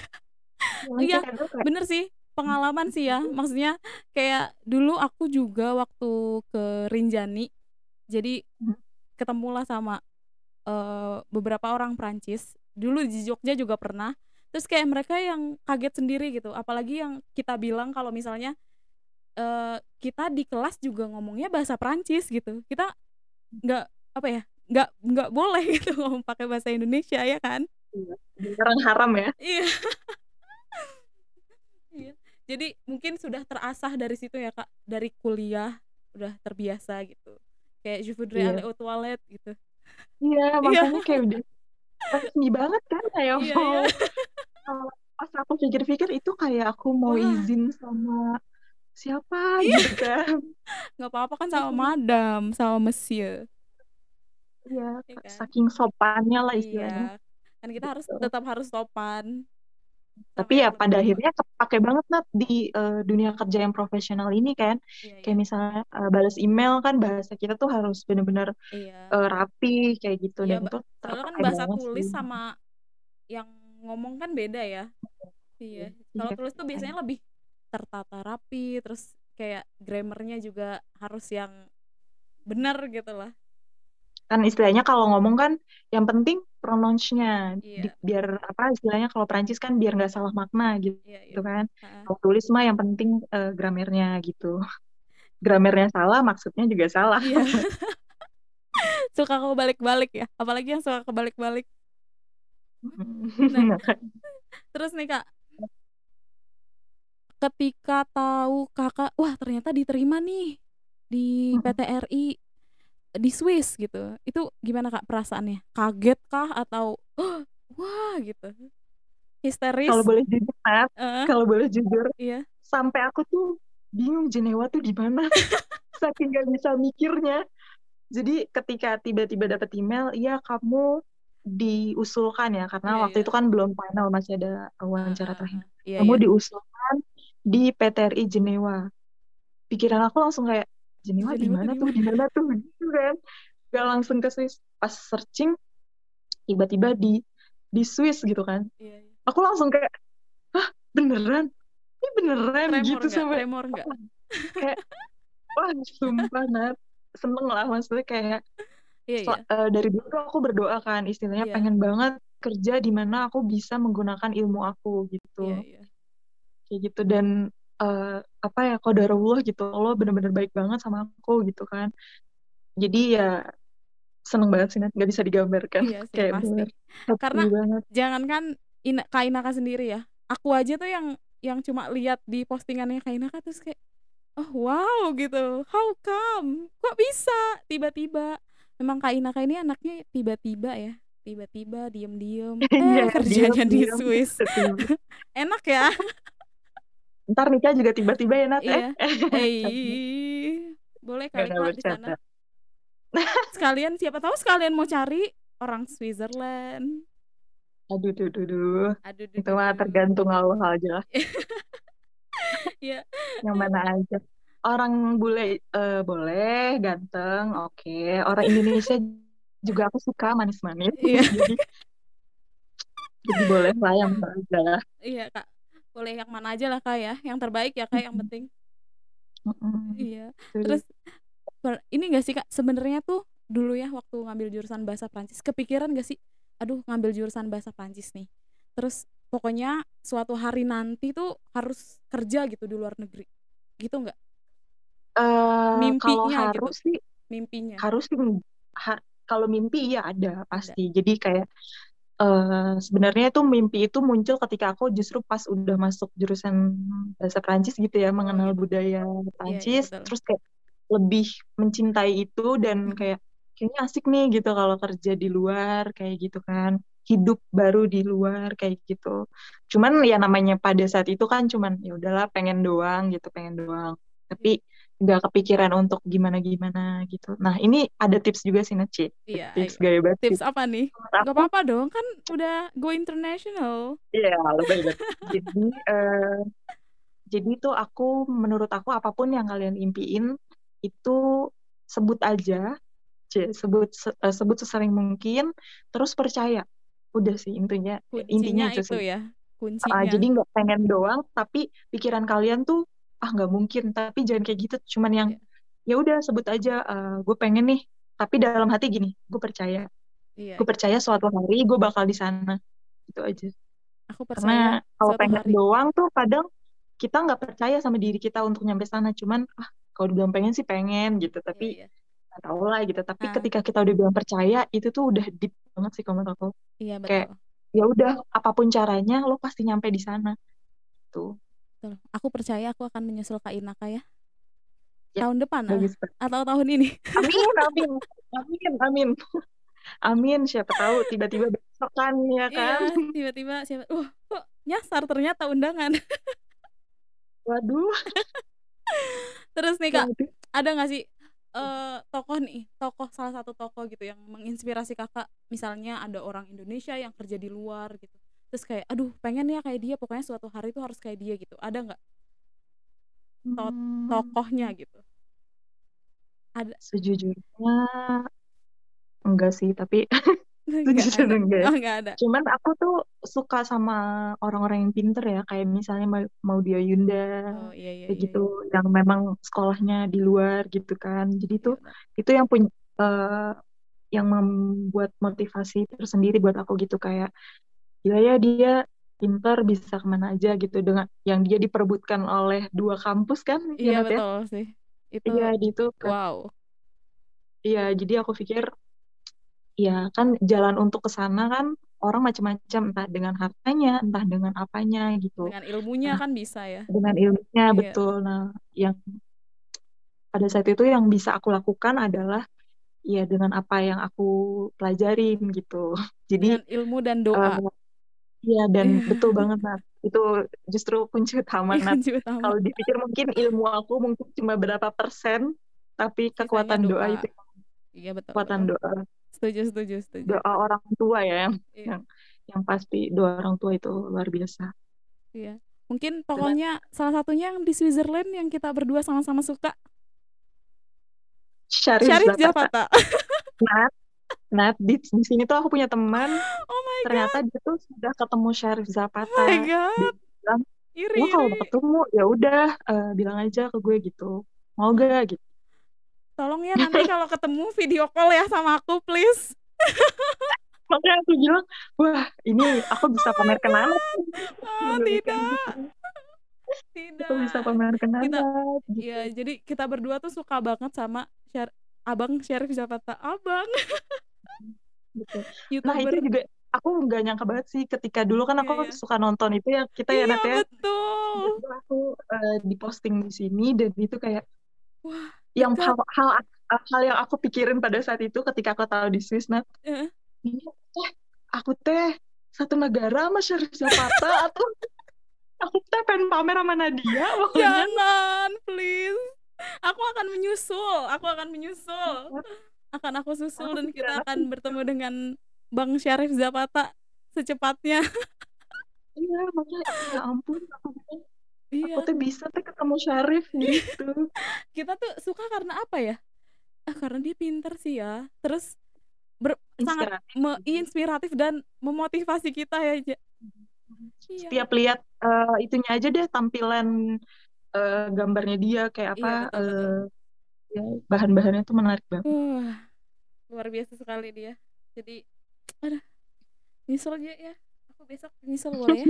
Yang Iya, kayak gue kayak bener sih. Pengalaman sih ya. Maksudnya kayak dulu aku juga waktu ke Rinjani, jadi ketemulah sama eh, beberapa orang Prancis. Dulu di Jogja juga pernah. Terus kayak mereka yang kaget sendiri gitu. Apalagi yang kita bilang kalau misalnya eh, kita di kelas juga ngomongnya bahasa Prancis gitu. Kita nggak apa ya, nggak nggak boleh gitu ngomong pakai bahasa Indonesia ya kan. Iya, beneran haram ya. Iya. Iya. Jadi mungkin sudah terasah dari situ ya Kak, dari kuliah udah terbiasa gitu. Kayak je voudrais Iya, aller aux toilettes gitu. iya Iya, makanya kayak udah resmi banget kan, ya iya, iya. mau pikir-pikir itu kayak aku mau Wah, izin sama siapa iya, gitu kan. nggak apa-apa kan sama Saking, madam, sama monsieur, ya, ya kan? saking sopannya lah istilahnya. Iya, kan kita harus Gitu. tetap harus sopan sama Tapi ya yang lebih pada tua. akhirnya kepake banget Nat di eh, dunia kerja yang profesional ini kan. Iya, iya, Kayak misalnya eh, balas email kan bahasa kita tuh harus bener-bener iya, eh, rapi kayak gitu iya. dan Ba- itu Soalnya kan terpakai bahasa banget tulis sih. sama yang ngomong kan beda ya. Iya, kalau Iya, tulis tuh kan. biasanya lebih tertata rapi, terus kayak grammarnya juga harus yang benar gitu lah. Kan istilahnya kalau ngomong kan yang penting pronounce-nya Iya, Di- biar apa istilahnya kalau Prancis kan biar nggak salah makna gitu, iya, iya. gitu kan. Ha-ha. Kalau tulis mah yang penting eh, gramernya gitu. Gramernya salah, maksudnya juga salah. Iya, suka kebalik-balik ya, apalagi yang suka kebalik-balik. Nah, terus nih Kak, ketika tahu Kakak, wah ternyata diterima nih di P T R I di Swiss gitu. Itu gimana Kak perasaannya? Kaget kah atau "Oh, wah gitu. Kalau Histeris? boleh jujur, Nat, Eh, kalau boleh jujur, iya. sampai aku tuh bingung Jenewa tuh di mana, saking gak bisa mikirnya. Jadi ketika tiba-tiba dapat email, iya kamu diusulkan ya, karena Iya, waktu iya. itu kan belum final, masih ada Ah, wawancara ah, terakhir. ah. Iya, Kamu iya. diusulkan di P T R I Jenewa. Pikiran aku langsung kayak, Jenewa di Jenewa tuh mana di tuh, di mana? mana tuh, gitu kan. Gak langsung ke Swiss. Pas searching, tiba-tiba di di Swiss gitu kan. Iya, iya. Aku langsung kayak, beneran? Ini beneran Tremor gitu nggak? sampai Tremor nggak? kayak, wah sumpah Nat. Seneng lah maksudnya kayak Iya, sel- iya. eh, dari dulu tuh aku berdoa kan istilahnya Iya, pengen banget kerja di mana aku bisa menggunakan ilmu aku gitu iya, iya. kayak gitu dan eh, apa ya qadarullah gitu Allah bener-bener baik banget sama aku gitu kan jadi ya seneng banget sih Nat nggak bisa digambarkan Iya sih kayak pasti. bener happy Karena banget. jangankan Ina, Kak Inaka sendiri ya. Aku aja tuh yang yang cuma lihat di postingannya Kak Inaka terus kayak oh wow gitu. How come? Kok bisa tiba-tiba? Memang Kak Inaka ini anaknya tiba-tiba ya. Tiba-tiba diem-diem Iya eh diam kerjanya di diam Swiss. tiba Enak ya? ntar nikah juga tiba-tiba ya Nat eh Iya. Eh, boleh nggak kali nggak Kak di sana. bercanda. Sekalian siapa tahu sekalian mau cari orang Switzerland. Aduh duh, duh, duh. Aduh, duh, Itu duh, mah duh. tergantung Allah aja Ya, yang mana aja. Orang bule eh, boleh ganteng, oke. Orang Indonesia juga aku suka manis-manis. iya, Jadi jadi boleh lah yang mana aja. iya Kak. Boleh yang mana aja lah Kak ya. Yang terbaik ya Kak yang Mm-mm. penting. Mm-mm. Iya. Tuh. Terus per- ini gak sih Kak sebenarnya tuh dulu ya waktu ngambil jurusan bahasa Prancis kepikiran gak sih? Aduh ngambil jurusan bahasa Prancis nih. Terus pokoknya suatu hari nanti tuh harus kerja gitu di luar negeri. Gitu nggak? Eh, kalau Mimpinya gitu. harus sih, Mimpinya. harus sih. ha- kalau mimpi ya ada Ada. pasti. Jadi kayak eh, sebenarnya tuh mimpi itu muncul ketika aku justru pas udah masuk jurusan bahasa Prancis gitu ya, Oh mengenal gitu. budaya Iya, iya Prancis, betul. terus kayak lebih mencintai itu dan Mm-mm. kayak kayaknya asik nih gitu kalau kerja di luar kayak gitu kan. Hidup baru di luar kayak gitu. Cuman ya namanya pada saat itu kan cuman ya udahlah pengen doang gitu, pengen doang. Tapi nggak kepikiran untuk gimana-gimana gitu. Nah, ini ada tips juga sih, Naci. Iya, Tips ayo. gaya banget sih. Tips apa nih? Menurut Gak aku, apa-apa dong, kan udah go international. iya, lebih baik. Jadi, eh, jadi tuh aku, menurut aku apapun yang kalian impiin, itu sebut aja, C, sebut se- eh, sebut sesering mungkin, terus percaya. Udah sih intinya, intinya Kuncinya itu itu sih. ya, Ah, kuncinya. jadi nggak pengen doang, tapi pikiran kalian tuh ah nggak mungkin. Tapi jangan kayak gitu. Cuman yang Iya, ya udah sebut aja, gue pengen nih. Tapi dalam hati gini, gue percaya. iya. Gue percaya suatu hari gue bakal di sana. Itu aja. Aku Karena percaya kalau suatu pengen hari. doang tuh kadang kita nggak percaya sama diri kita untuk nyampe sana. Cuman ah kalau dibilang pengen sih pengen gitu. Tapi Iya, iya. nggak tahu lah gitu. Tapi Ah, ketika kita udah bilang percaya, itu tuh udah deep banget sih kalau menurut aku. iya Kayak betul. ya udah apapun caranya lo pasti nyampe di sana. Tuh. Betul. Aku percaya aku akan menyusul Kak Inaka ya. Ya, Tahun depan ah bagus. atau tahun ini. Amin, amin, amin, amin, amin. Siapa tahu tiba-tiba besok kan, ya Iya, kan? tiba-tiba siapa, wah, kok nyasar ternyata undangan. Waduh, Terus nih Kak, waduh. ada nggak sih eh tokoh nih, tokoh salah satu tokoh gitu yang menginspirasi Kakak, misalnya ada orang Indonesia yang kerja di luar gitu. Terus kayak aduh pengen ya kayak dia, pokoknya suatu hari tuh harus kayak dia gitu. Ada nggak to- Hmm, tokohnya gitu? Ada sejujurnya enggak sih, tapi nggak ada? sejujurnya enggak ya. Oh nggak ada. Cuman aku tuh suka sama orang-orang yang pinter ya, kayak misalnya Ma- Maudy Ayunda, Oh iya iya kayak iya gitu, iya, yang memang sekolahnya di luar gitu kan. Jadi iya tuh benar. itu yang punya yang membuat motivasi tersendiri buat aku gitu, kayak gila ya dia pinter bisa kemana aja gitu dengan yang dia diperebutkan oleh dua kampus kan ya Iya Nat ya. betul sih. Itu Iya di itu kan. wow. Iya jadi aku pikir ya kan jalan untuk ke sana kan orang macam-macam, entah dengan hartanya entah dengan apanya gitu. Dengan ilmunya Nah kan bisa ya. dengan ilmunya Iya. betul. Nah yang pada saat itu yang bisa aku lakukan adalah ya dengan apa yang aku pelajarin gitu. Jadi Dengan ilmu dan eh, doa. iya, dan betul Iya. banget, Nat. Itu justru kunci utama, Iya Nat. kunci utama. Kalau dipikir mungkin ilmu aku mungkin cuma berapa persen, tapi Sisanya kekuatan doa doa. itu Iya betul kekuatan betul. doa, Setuju setuju setuju. doa orang tua ya, yang Iya yang, yang pasti doa orang tua itu luar biasa. iya. Mungkin Dengan tokohnya salah satunya yang di Switzerland yang kita berdua sama-sama suka, Syarif Syarif Zapata. Japata. Nat, Nat di, di sini tuh aku punya teman, Oh my ternyata god. dia tuh sudah ketemu Syarif Oh Zapata. my Dia god. bilang, Iri lo kalau iri. mau ketemu ya udah eh, bilang aja ke gue gitu, mau Wah, gak gitu. tolong ya nanti kalau ketemu video call ya sama aku please. Makanya aku bilang, wah ini aku bisa Oh my pamerkan anak. god. Dia Oh bilang kayak tidak. gitu. Aku bisa Tidak. pamerkan Kita anak gitu. ya jadi kita berdua tuh suka banget sama Syar Abang Syarif Japata. Abang Gitu. Nah itu YouTuber. juga aku nggak nyangka banget sih ketika dulu kan Iya aku ya. suka nonton itu ya kita ya Iya Nat ya. betul. Tiba-tiba aku eh, diposting di sini dan itu kayak Wah, yang dekat. hal, hal hal yang aku pikirin pada saat itu ketika aku tahu di Swiss Nat, Eh, ini eh aku teh satu negara sama Syarif Zapata atau aku teh pengen pamer sama Nadia pokoknya. jangan, please. Aku akan menyusul. Aku akan menyusul. Akan aku susul Aku dan kita pikiran aku akan gitu. bertemu dengan Bang Syarif Zapata secepatnya. Iya makanya ya ampun aku bilang, aku Iya, tuh bisa tuh ketemu Syarif gitu. kita tuh suka karena apa ya? Ah, karena dia pinter sih ya. Terus ber, sangat Inspiratif me- juga. inspiratif dan memotivasi kita ya. Ja. Iya, Setiap lihat eh, itunya aja deh tampilan eh, gambarnya dia kayak apa iya betul betul. eh, ya, bahan-bahannya tuh menarik banget. Uh, luar biasa sekali dia. Jadi, aduh, nyesel aja ya. Aku besok nyesel boleh ya?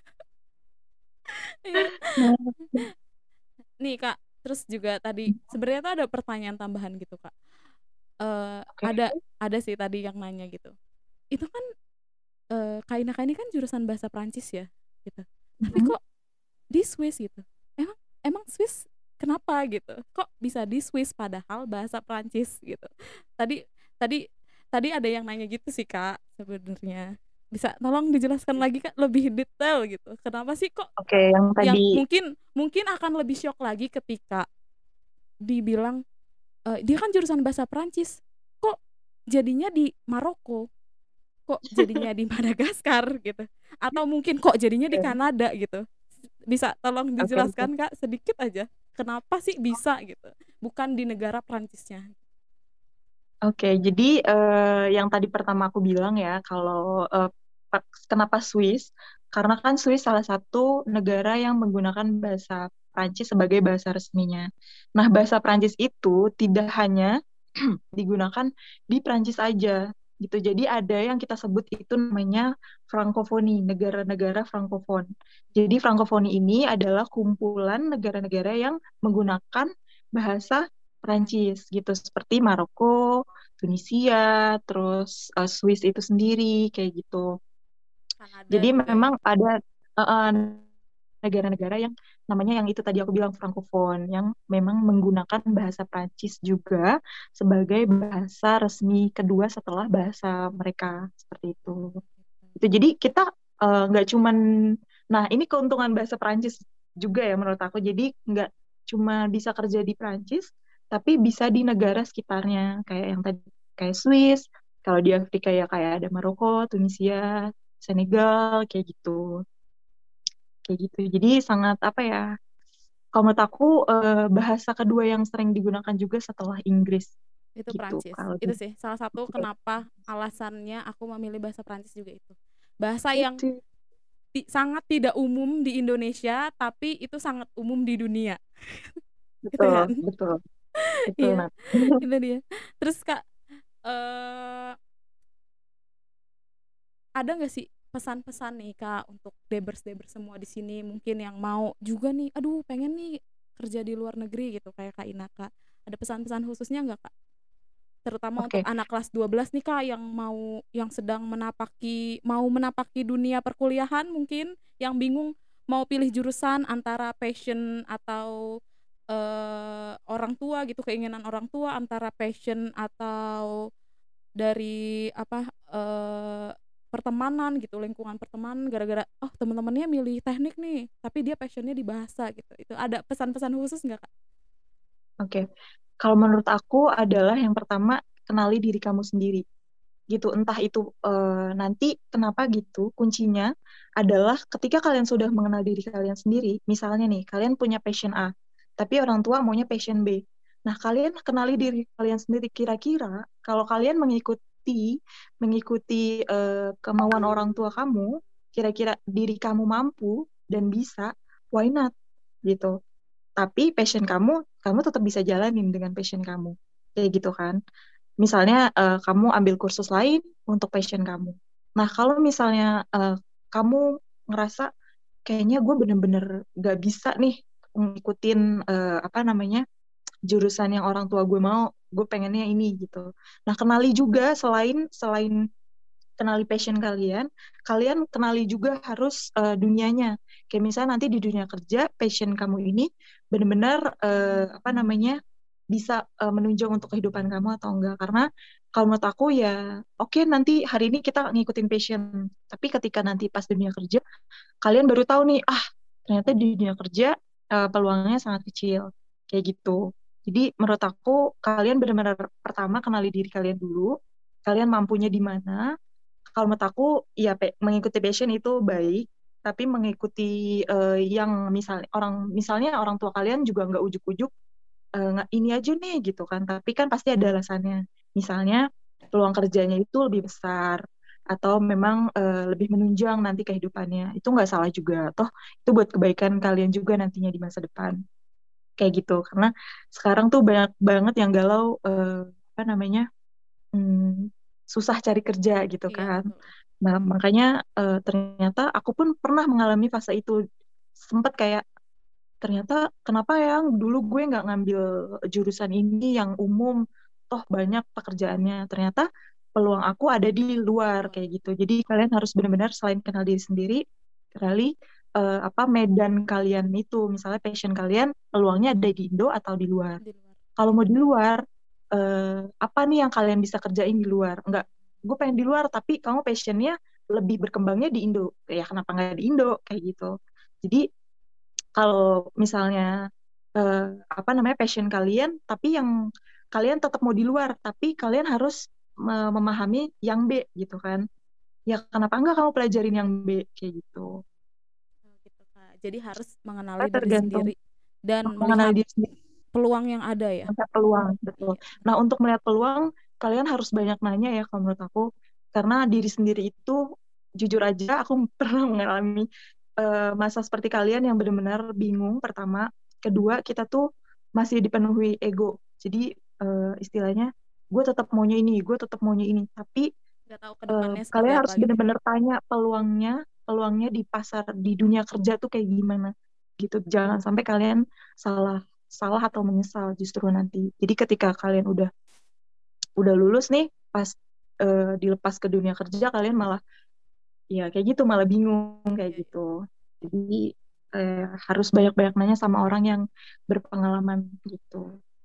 Iya. Nah, Nih Kak, terus juga tadi sebenarnya tuh ada pertanyaan tambahan gitu Kak. Eh oke. ada ada sih tadi yang nanya gitu. Itu kan eh Kak Inaka ini kan jurusan bahasa Prancis ya, gitu. Tapi Mhm. kok di Swiss gitu? Emang emang Swiss kenapa gitu? Kok bisa di Swiss padahal bahasa Prancis gitu? Tadi tadi tadi ada yang nanya gitu sih Kak sebenarnya. Bisa tolong dijelaskan lagi Kak lebih detail gitu. Kenapa sih kok Oke, yang yang tadi mungkin mungkin akan lebih shock lagi ketika dibilang eh, dia kan jurusan bahasa Prancis. Kok jadinya di Maroko? Kok jadinya di Madagaskar gitu? Atau mungkin kok jadinya di oke, Kanada gitu? Bisa tolong oke, oke. dijelaskan Kak sedikit aja. Kenapa sih bisa gitu? Bukan di negara Prancisnya. Oke, jadi eh, yang tadi pertama aku bilang ya, kalau eh, pa- kenapa Swiss? Karena kan Swiss salah satu negara yang menggunakan bahasa Prancis sebagai bahasa resminya. Nah, bahasa Prancis itu tidak hanya digunakan di Prancis aja gitu. Jadi ada yang kita sebut itu namanya Frankofoni, negara-negara Frankofon. Jadi Frankofoni ini adalah kumpulan negara-negara yang menggunakan bahasa Prancis gitu, seperti Maroko, Tunisia, terus eh, Swiss itu sendiri kayak gitu. Kanada Jadi juga ya. memang ada eh, eh, negara-negara yang namanya yang itu tadi aku bilang Francophone, yang memang menggunakan bahasa Prancis juga sebagai bahasa resmi kedua setelah bahasa mereka seperti itu. Itu jadi kita eh, nggak cuman Nah, ini keuntungan bahasa Perancis juga ya menurut aku. Jadi nggak cuma bisa kerja di Perancis, tapi bisa di negara sekitarnya. Kayak yang tadi, kayak Swiss. Kalau di Afrika ya kayak ada Maroko, Tunisia, Senegal, kayak gitu. Kayak gitu. Jadi sangat apa ya, kalau menurut aku eh, bahasa kedua yang sering digunakan juga setelah Inggris Itu gitu. Prancis. Kalau di Itu sih salah satu kenapa alasannya aku memilih bahasa Prancis juga itu. Bahasa yang itu ti- sangat tidak umum di Indonesia, tapi itu sangat umum di dunia. Gitu betul, kan? betul, betul, Iya, Nat. itu dia. Terus Kak, eh ada nggak sih pesan-pesan nih Kak untuk debers-debers semua di sini mungkin yang mau juga nih, aduh pengen nih kerja di luar negeri gitu kayak Kak Inaka. Ada pesan-pesan khususnya nggak Kak? Terutama untuk Oke, anak kelas dua belas nih Kak yang mau yang sedang menapaki mau menapaki dunia perkuliahan mungkin yang bingung mau pilih jurusan antara passion atau eh, orang tua gitu, keinginan orang tua antara passion atau dari apa eh, pertemanan gitu, lingkungan pertemanan gara-gara oh teman-temannya milih teknik nih tapi dia passionnya di bahasa gitu. Itu ada pesan-pesan khusus nggak Kak? oke. Kalau menurut aku adalah yang pertama kenali diri kamu sendiri gitu. Entah itu eh, nanti kenapa gitu. Kuncinya adalah ketika kalian sudah mengenal diri kalian sendiri. Misalnya nih, kalian punya passion A, tapi orang tua maunya passion B. Nah, kalian kenali diri kalian sendiri. Kira-kira kalau kalian mengikuti mengikuti eh, kemauan orang tua kamu, kira-kira diri kamu mampu dan bisa, why not gitu. Tapi passion kamu, kamu tetap bisa jalanin dengan passion kamu. Kayak gitu kan. Misalnya eh, kamu ambil kursus lain untuk passion kamu. Nah, kalau misalnya eh, kamu ngerasa kayaknya gue bener-bener gak bisa nih ngikutin eh, apa namanya jurusan yang orang tua gue mau, gue pengennya ini gitu. Nah, kenali juga selain selain kenali passion kalian, kalian kenali juga harus uh, dunianya. Kayak misalnya nanti di dunia kerja, passion kamu ini benar-benar uh, apa namanya bisa uh, menunjang untuk kehidupan kamu atau enggak. Karena kalau menurut aku ya, oke okay, nanti hari ini kita ngikutin passion, tapi ketika nanti pas dunia kerja, kalian baru tahu nih, ah ternyata di dunia kerja uh, peluangnya sangat kecil, kayak gitu. Jadi menurut aku kalian benar-benar pertama kenali diri kalian dulu, kalian mampunya di mana, kalau menurut aku ya pe- mengikuti passion itu baik, tapi mengikuti eh, yang misalnya orang misalnya orang tua kalian juga nggak ujuk-ujuk eh, nggak ini aja nih gitu kan, tapi kan pasti ada alasannya. Misalnya peluang kerjanya itu lebih besar atau memang eh, lebih menunjang nanti kehidupannya. Itu nggak salah juga. Toh itu buat kebaikan kalian juga nantinya di masa depan. Kayak gitu. Karena sekarang tuh banyak banget yang galau eh, apa namanya? hmm, susah cari kerja gitu Iya kan. betul. Nah, makanya eh, ternyata aku pun pernah mengalami fase itu. Sempet kayak, ternyata kenapa ya dulu gue nggak ngambil jurusan ini yang umum, toh banyak pekerjaannya. Ternyata peluang aku ada di luar Luar kayak gitu. Jadi kalian harus benar-benar selain kenal diri sendiri, kenali eh, apa medan kalian itu. Misalnya passion kalian, peluangnya ada di Indo atau di luar. di luar. Kalau Iya. mau di luar, eh, apa nih yang kalian bisa kerjain di luar? Enggak, gue pengen di luar, tapi kamu passionnya lebih berkembangnya di Indo. Ya kenapa nggak di Indo? Kayak gitu. Jadi kalau misalnya eh, apa namanya passion kalian, tapi yang kalian tetap mau di luar, tapi kalian harus me- memahami yang B gitu kan. Ya kenapa enggak kamu pelajarin yang B kayak gitu. Oh, gitu Kak. Jadi harus Kita mengenali diri tergantung sendiri dan mengenali melihat diri sendiri. peluang yang ada ya. Melihat peluang, betul. Iya. Nah, untuk melihat peluang, kalian harus banyak nanya ya kalau menurut aku. Karena diri sendiri itu, jujur aja, aku pernah mengalami eh, masa seperti kalian yang benar-benar bingung, pertama. Kedua, kita tuh masih dipenuhi ego. Jadi, eh, istilahnya, gue tetap maunya ini, gue tetap maunya ini. Tapi, Nggak tahu eh, kedepannya seperti kalian apa harus gitu ya. benar-benar tanya peluangnya, peluangnya di pasar, di dunia kerja tuh kayak gimana. Gitu. Jangan sampai kalian salah salah atau menyesal justru nanti. Jadi ketika kalian udah udah lulus nih, pas eh, dilepas ke dunia kerja kalian malah ya kayak gitu malah bingung kayak Iya, iya. gitu. Jadi eh, harus banyak-banyak nanya sama orang yang berpengalaman gitu.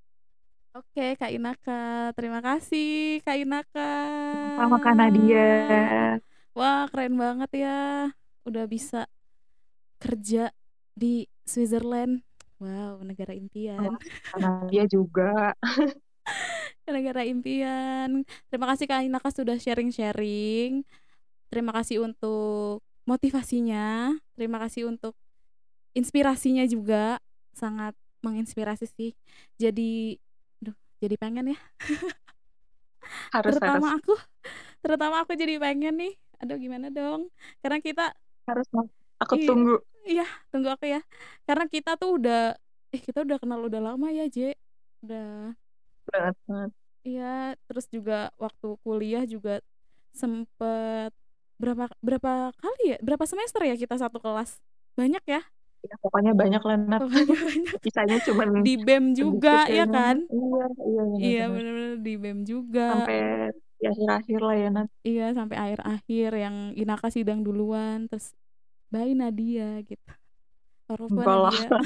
Oke, Kak Inaka. Terima kasih, Kak Inaka. Sama Kak Nadia. Wah, keren banget ya. Udah bisa kerja di Switzerland. Wow, negara Oh, impian. karena dia juga. Negara impian. Terima kasih Kak Inaka sudah sharing-sharing. Terima kasih untuk motivasinya. Terima kasih untuk inspirasinya juga. Sangat menginspirasi sih. Jadi, duh, jadi pengen ya. Harus, harus. Terutama aku, terutama aku jadi pengen nih. Aduh, gimana dong? Karena kita, Harus, Mas. Aku iya, tunggu. iya, tunggu aku ya. Karena kita tuh udah, eh kita udah kenal udah lama ya, Je. Udah, Banget, banget. iya. Terus juga waktu kuliah juga sempet berapa berapa kali ya? Berapa semester ya kita satu kelas? Banyak ya? Ya, pokoknya banyak lah, Nat. Pokoknya banyak. Sisanya cuman Di B E M sedikit juga ya kayaknya. kan? Iya, iya Iya benar-benar. bener-bener di B E M juga. Sampai di akhir-akhir lah ya, Nat. Iya sampai akhir-akhir yang Inaka sidang duluan. Terus bye Nadia gitu. Orova Enggak lah. Nadia.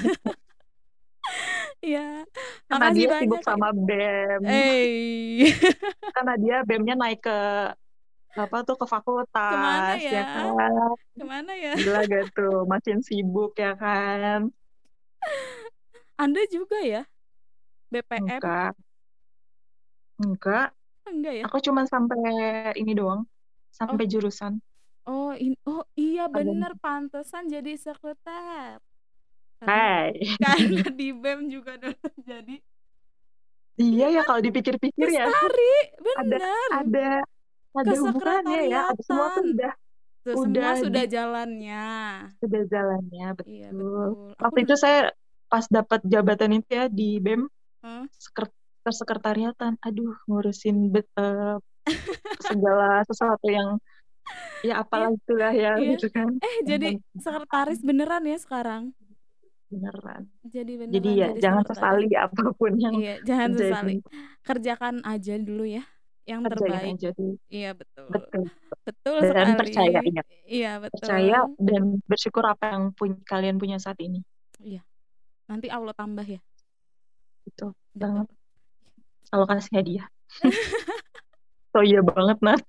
Iya. Karena Makasih dia banyak sibuk Kak sama Ina. B E M. Eh. Karena dia B E M-nya naik ke apa tuh ke Kemana fakultas ya ya? kan. Kemana ya? Gila gak tuh, makin sibuk ya kan. Anda juga ya? B P M? Enggak, enggak. Enggak ya? Aku cuma sampai ini doang, Oh, sampai jurusan. oh, in, oh iya Ada- bener pantesan jadi sekretär. Karena Hai. karena di B E M juga dulu jadi. Iya Iya ya kan? kalau dipikir-pikir ya Lestari, ada bener. ada ada hubungannya ya. Ada semua tuh Kesekretariatan. udah Tuh, udah semua di sudah jalannya. udah jalannya Iya betul. betul. Aku Waktu itu dulu, saya pas dapat jabatan itu ya di B E M huh? sekret sekretariatan. Aduh, ngurusin bet- eh, segala sesuatu yang ya Iya, apalah itulah ya iya. gitu kan. Eh, Yang jadi sekretaris beneran ya sekarang. beneran. Jadi Jadi beneran ya jadi jangan sekretaris. sesali apapun yang Iya, jangan terjadi. sesali. Kerjakan aja dulu ya yang Kerjain terbaik. aja dulu. Iya, betul. Betul. Betul Dan sekali. percaya, ingat. Iya, Percaya betul. dan bersyukur apa yang pun- kalian punya saat ini. Iya. Nanti Allah tambah ya. Itu Betul. banget. Selalu kasih hadiah. Oh iya banget, Nat.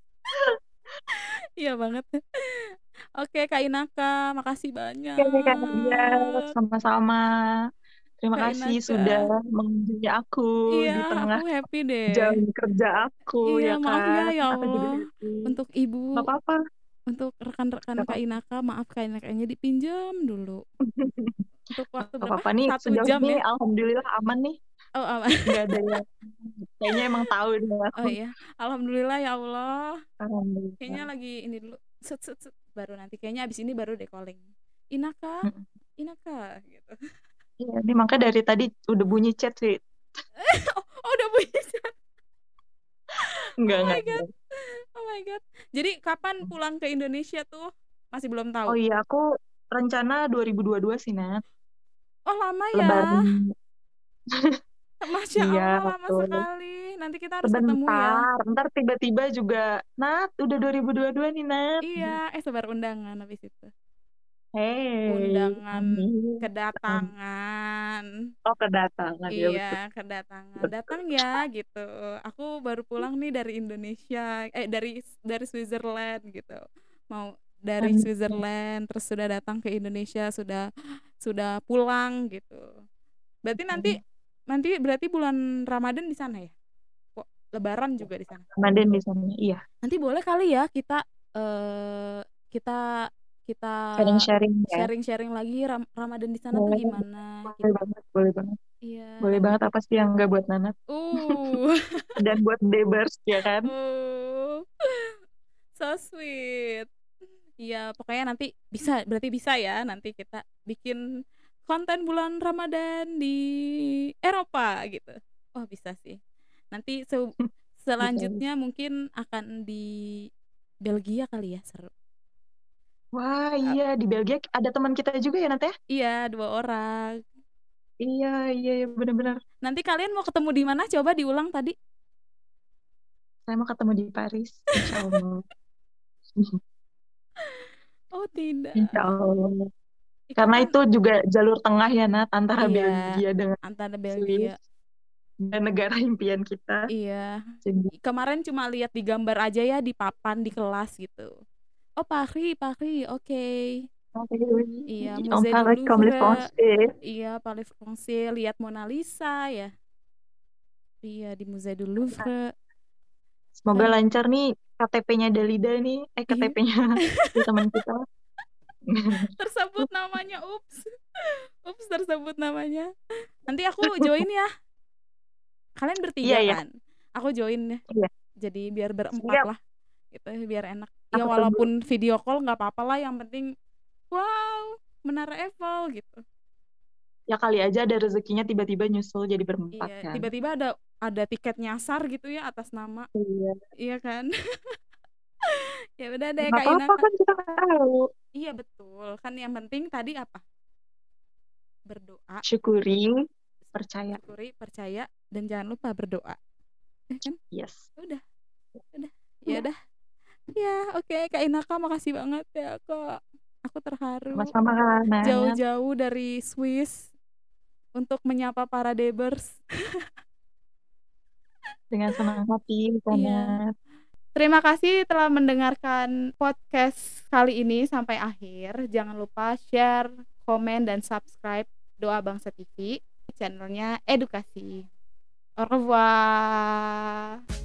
Iya banget. Oke, Kak Inaka, makasih banyak. Oke, Kak Nadia, sama-sama. Terima Kak kasih Inaka. sudah mengunjungi aku Iya, di aku tengah happy deh. jam kerja aku, Iya, ya maaf ya kan? ya Aku juga Allah. happy. Untuk ibu, Gak apa-apa. untuk rekan-rekan Gak Kak apa-apa. Inaka, maaf Kak Inakanya dipinjam dulu. Untuk waktu Gak berapa? apa-apa nih, Satu sejauh jam ini ya? alhamdulillah aman nih. Oh, aman. Gak ada yang kayaknya emang tahu deh Oh aku. iya, alhamdulillah ya Allah. Kayaknya Alhamdulillah. lagi ini dulu. Set, set, set. Baru nanti kayaknya abis ini baru deh calling. Inaka, Mm-mm. Inaka gitu. Iya, ini makanya dari tadi udah bunyi chat sih. oh, oh, udah bunyi. Enggak, Oh my enggak. god. Oh my god. Jadi kapan pulang ke Indonesia tuh? Masih belum Oh tahu. iya, aku rencana dua ribu dua puluh dua sih, Nat. Oh, lama ya. Lebaran. Masya Iya, Allah, lama betul. sekali. Nanti kita harus ketemu ya. Sebentar, ntar tiba-tiba juga, Nat, udah dua ribu dua puluh dua nih, Nat. Iya, eh sebar undangan habis itu. Hey, Undangan amin. kedatangan. Oh, kedatangan ya betul. Iya, kedatangan. Datang ya gitu. Aku baru pulang nih dari Indonesia, eh dari dari Switzerland gitu. Mau dari Amin. Switzerland terus sudah datang ke Indonesia, sudah sudah pulang gitu. Berarti nanti nanti berarti bulan Ramadan di sana ya? Kok Lebaran juga di sana? Ramadan di sana, iya. Nanti boleh kali ya kita eh kita kita Sharing-sharing ya. sharing-sharing lagi Ram Ramadan di sana tuh Boleh, gimana boleh gitu. banget, boleh banget. Iya. Boleh banget, apa sih yang nggak buat Nanat? Uh. Dan buat Debers, ya kan? Oh. So sweet. Iya, pokoknya nanti bisa, berarti bisa ya nanti kita bikin konten bulan Ramadan di Eropa gitu. Oh, bisa sih. Nanti se selanjutnya mungkin akan di Belgia kali ya, seru. Wah, iya, di Belgia ada teman kita juga ya, Nat ya? Iya, dua orang. Iya, iya, iya, benar-benar. Nanti kalian mau ketemu di mana? Coba diulang tadi. Saya mau ketemu di Paris, insya Allah. Oh, tidak. Insya Allah. Ih, Karena kapan? itu juga jalur tengah ya, Nat, antara Iya, Belgia dengan antara Swiss Belgia. dan negara impian kita. Iya. Jadi, Kemarin cuma lihat di gambar aja ya di papan di kelas gitu. Oh, Paris, Paris. Oke. Ah oui, Iya, oui, on Musée du parle comme les Louvre. Français. Iya, Palais Français, lihat Mona Lisa ya. Iya, di Musée du Louvre. Semoga Aduh, lancar nih K T P-nya Dalida nih, eh iya. K T P-nya si teman kita. Tersebut namanya, ups. Ups, tersebut namanya. Nanti aku join ya. Kalian Iya bertiga ya, kan? Aku join ya. iya. Jadi biar berempat Siap, lah. Gitu, biar enak. Ya aku tunggu. walaupun video call nggak apa-apa lah, yang penting wow, Menara Eiffel gitu. Ya kali aja ada rezekinya tiba-tiba nyusul jadi berempat Iya, kan. tiba-tiba ada ada tiket nyasar gitu ya atas nama. Iya. Iya kan? Ya udah Ya, deh nggak Kak apa-apa Inaka. kan kita nggak tahu. Iya betul. Kan yang penting tadi apa? Berdoa, Syukuri, percaya. syukuri, percaya, dan jangan lupa berdoa. Ya kan? Yes. Udah, udah. Ya Ya, udah. Ya, oke Kak Inaka, makasih banget ya Kak. Aku terharu sama-sama Nat. jauh-jauh dari Swiss untuk menyapa para Debers. Dengan senang hati, Iya. Nat. Terima kasih telah mendengarkan podcast kali ini sampai akhir. Jangan lupa share, komen, dan subscribe Doa Bangsa T V, channelnya edukasi. Au revoir.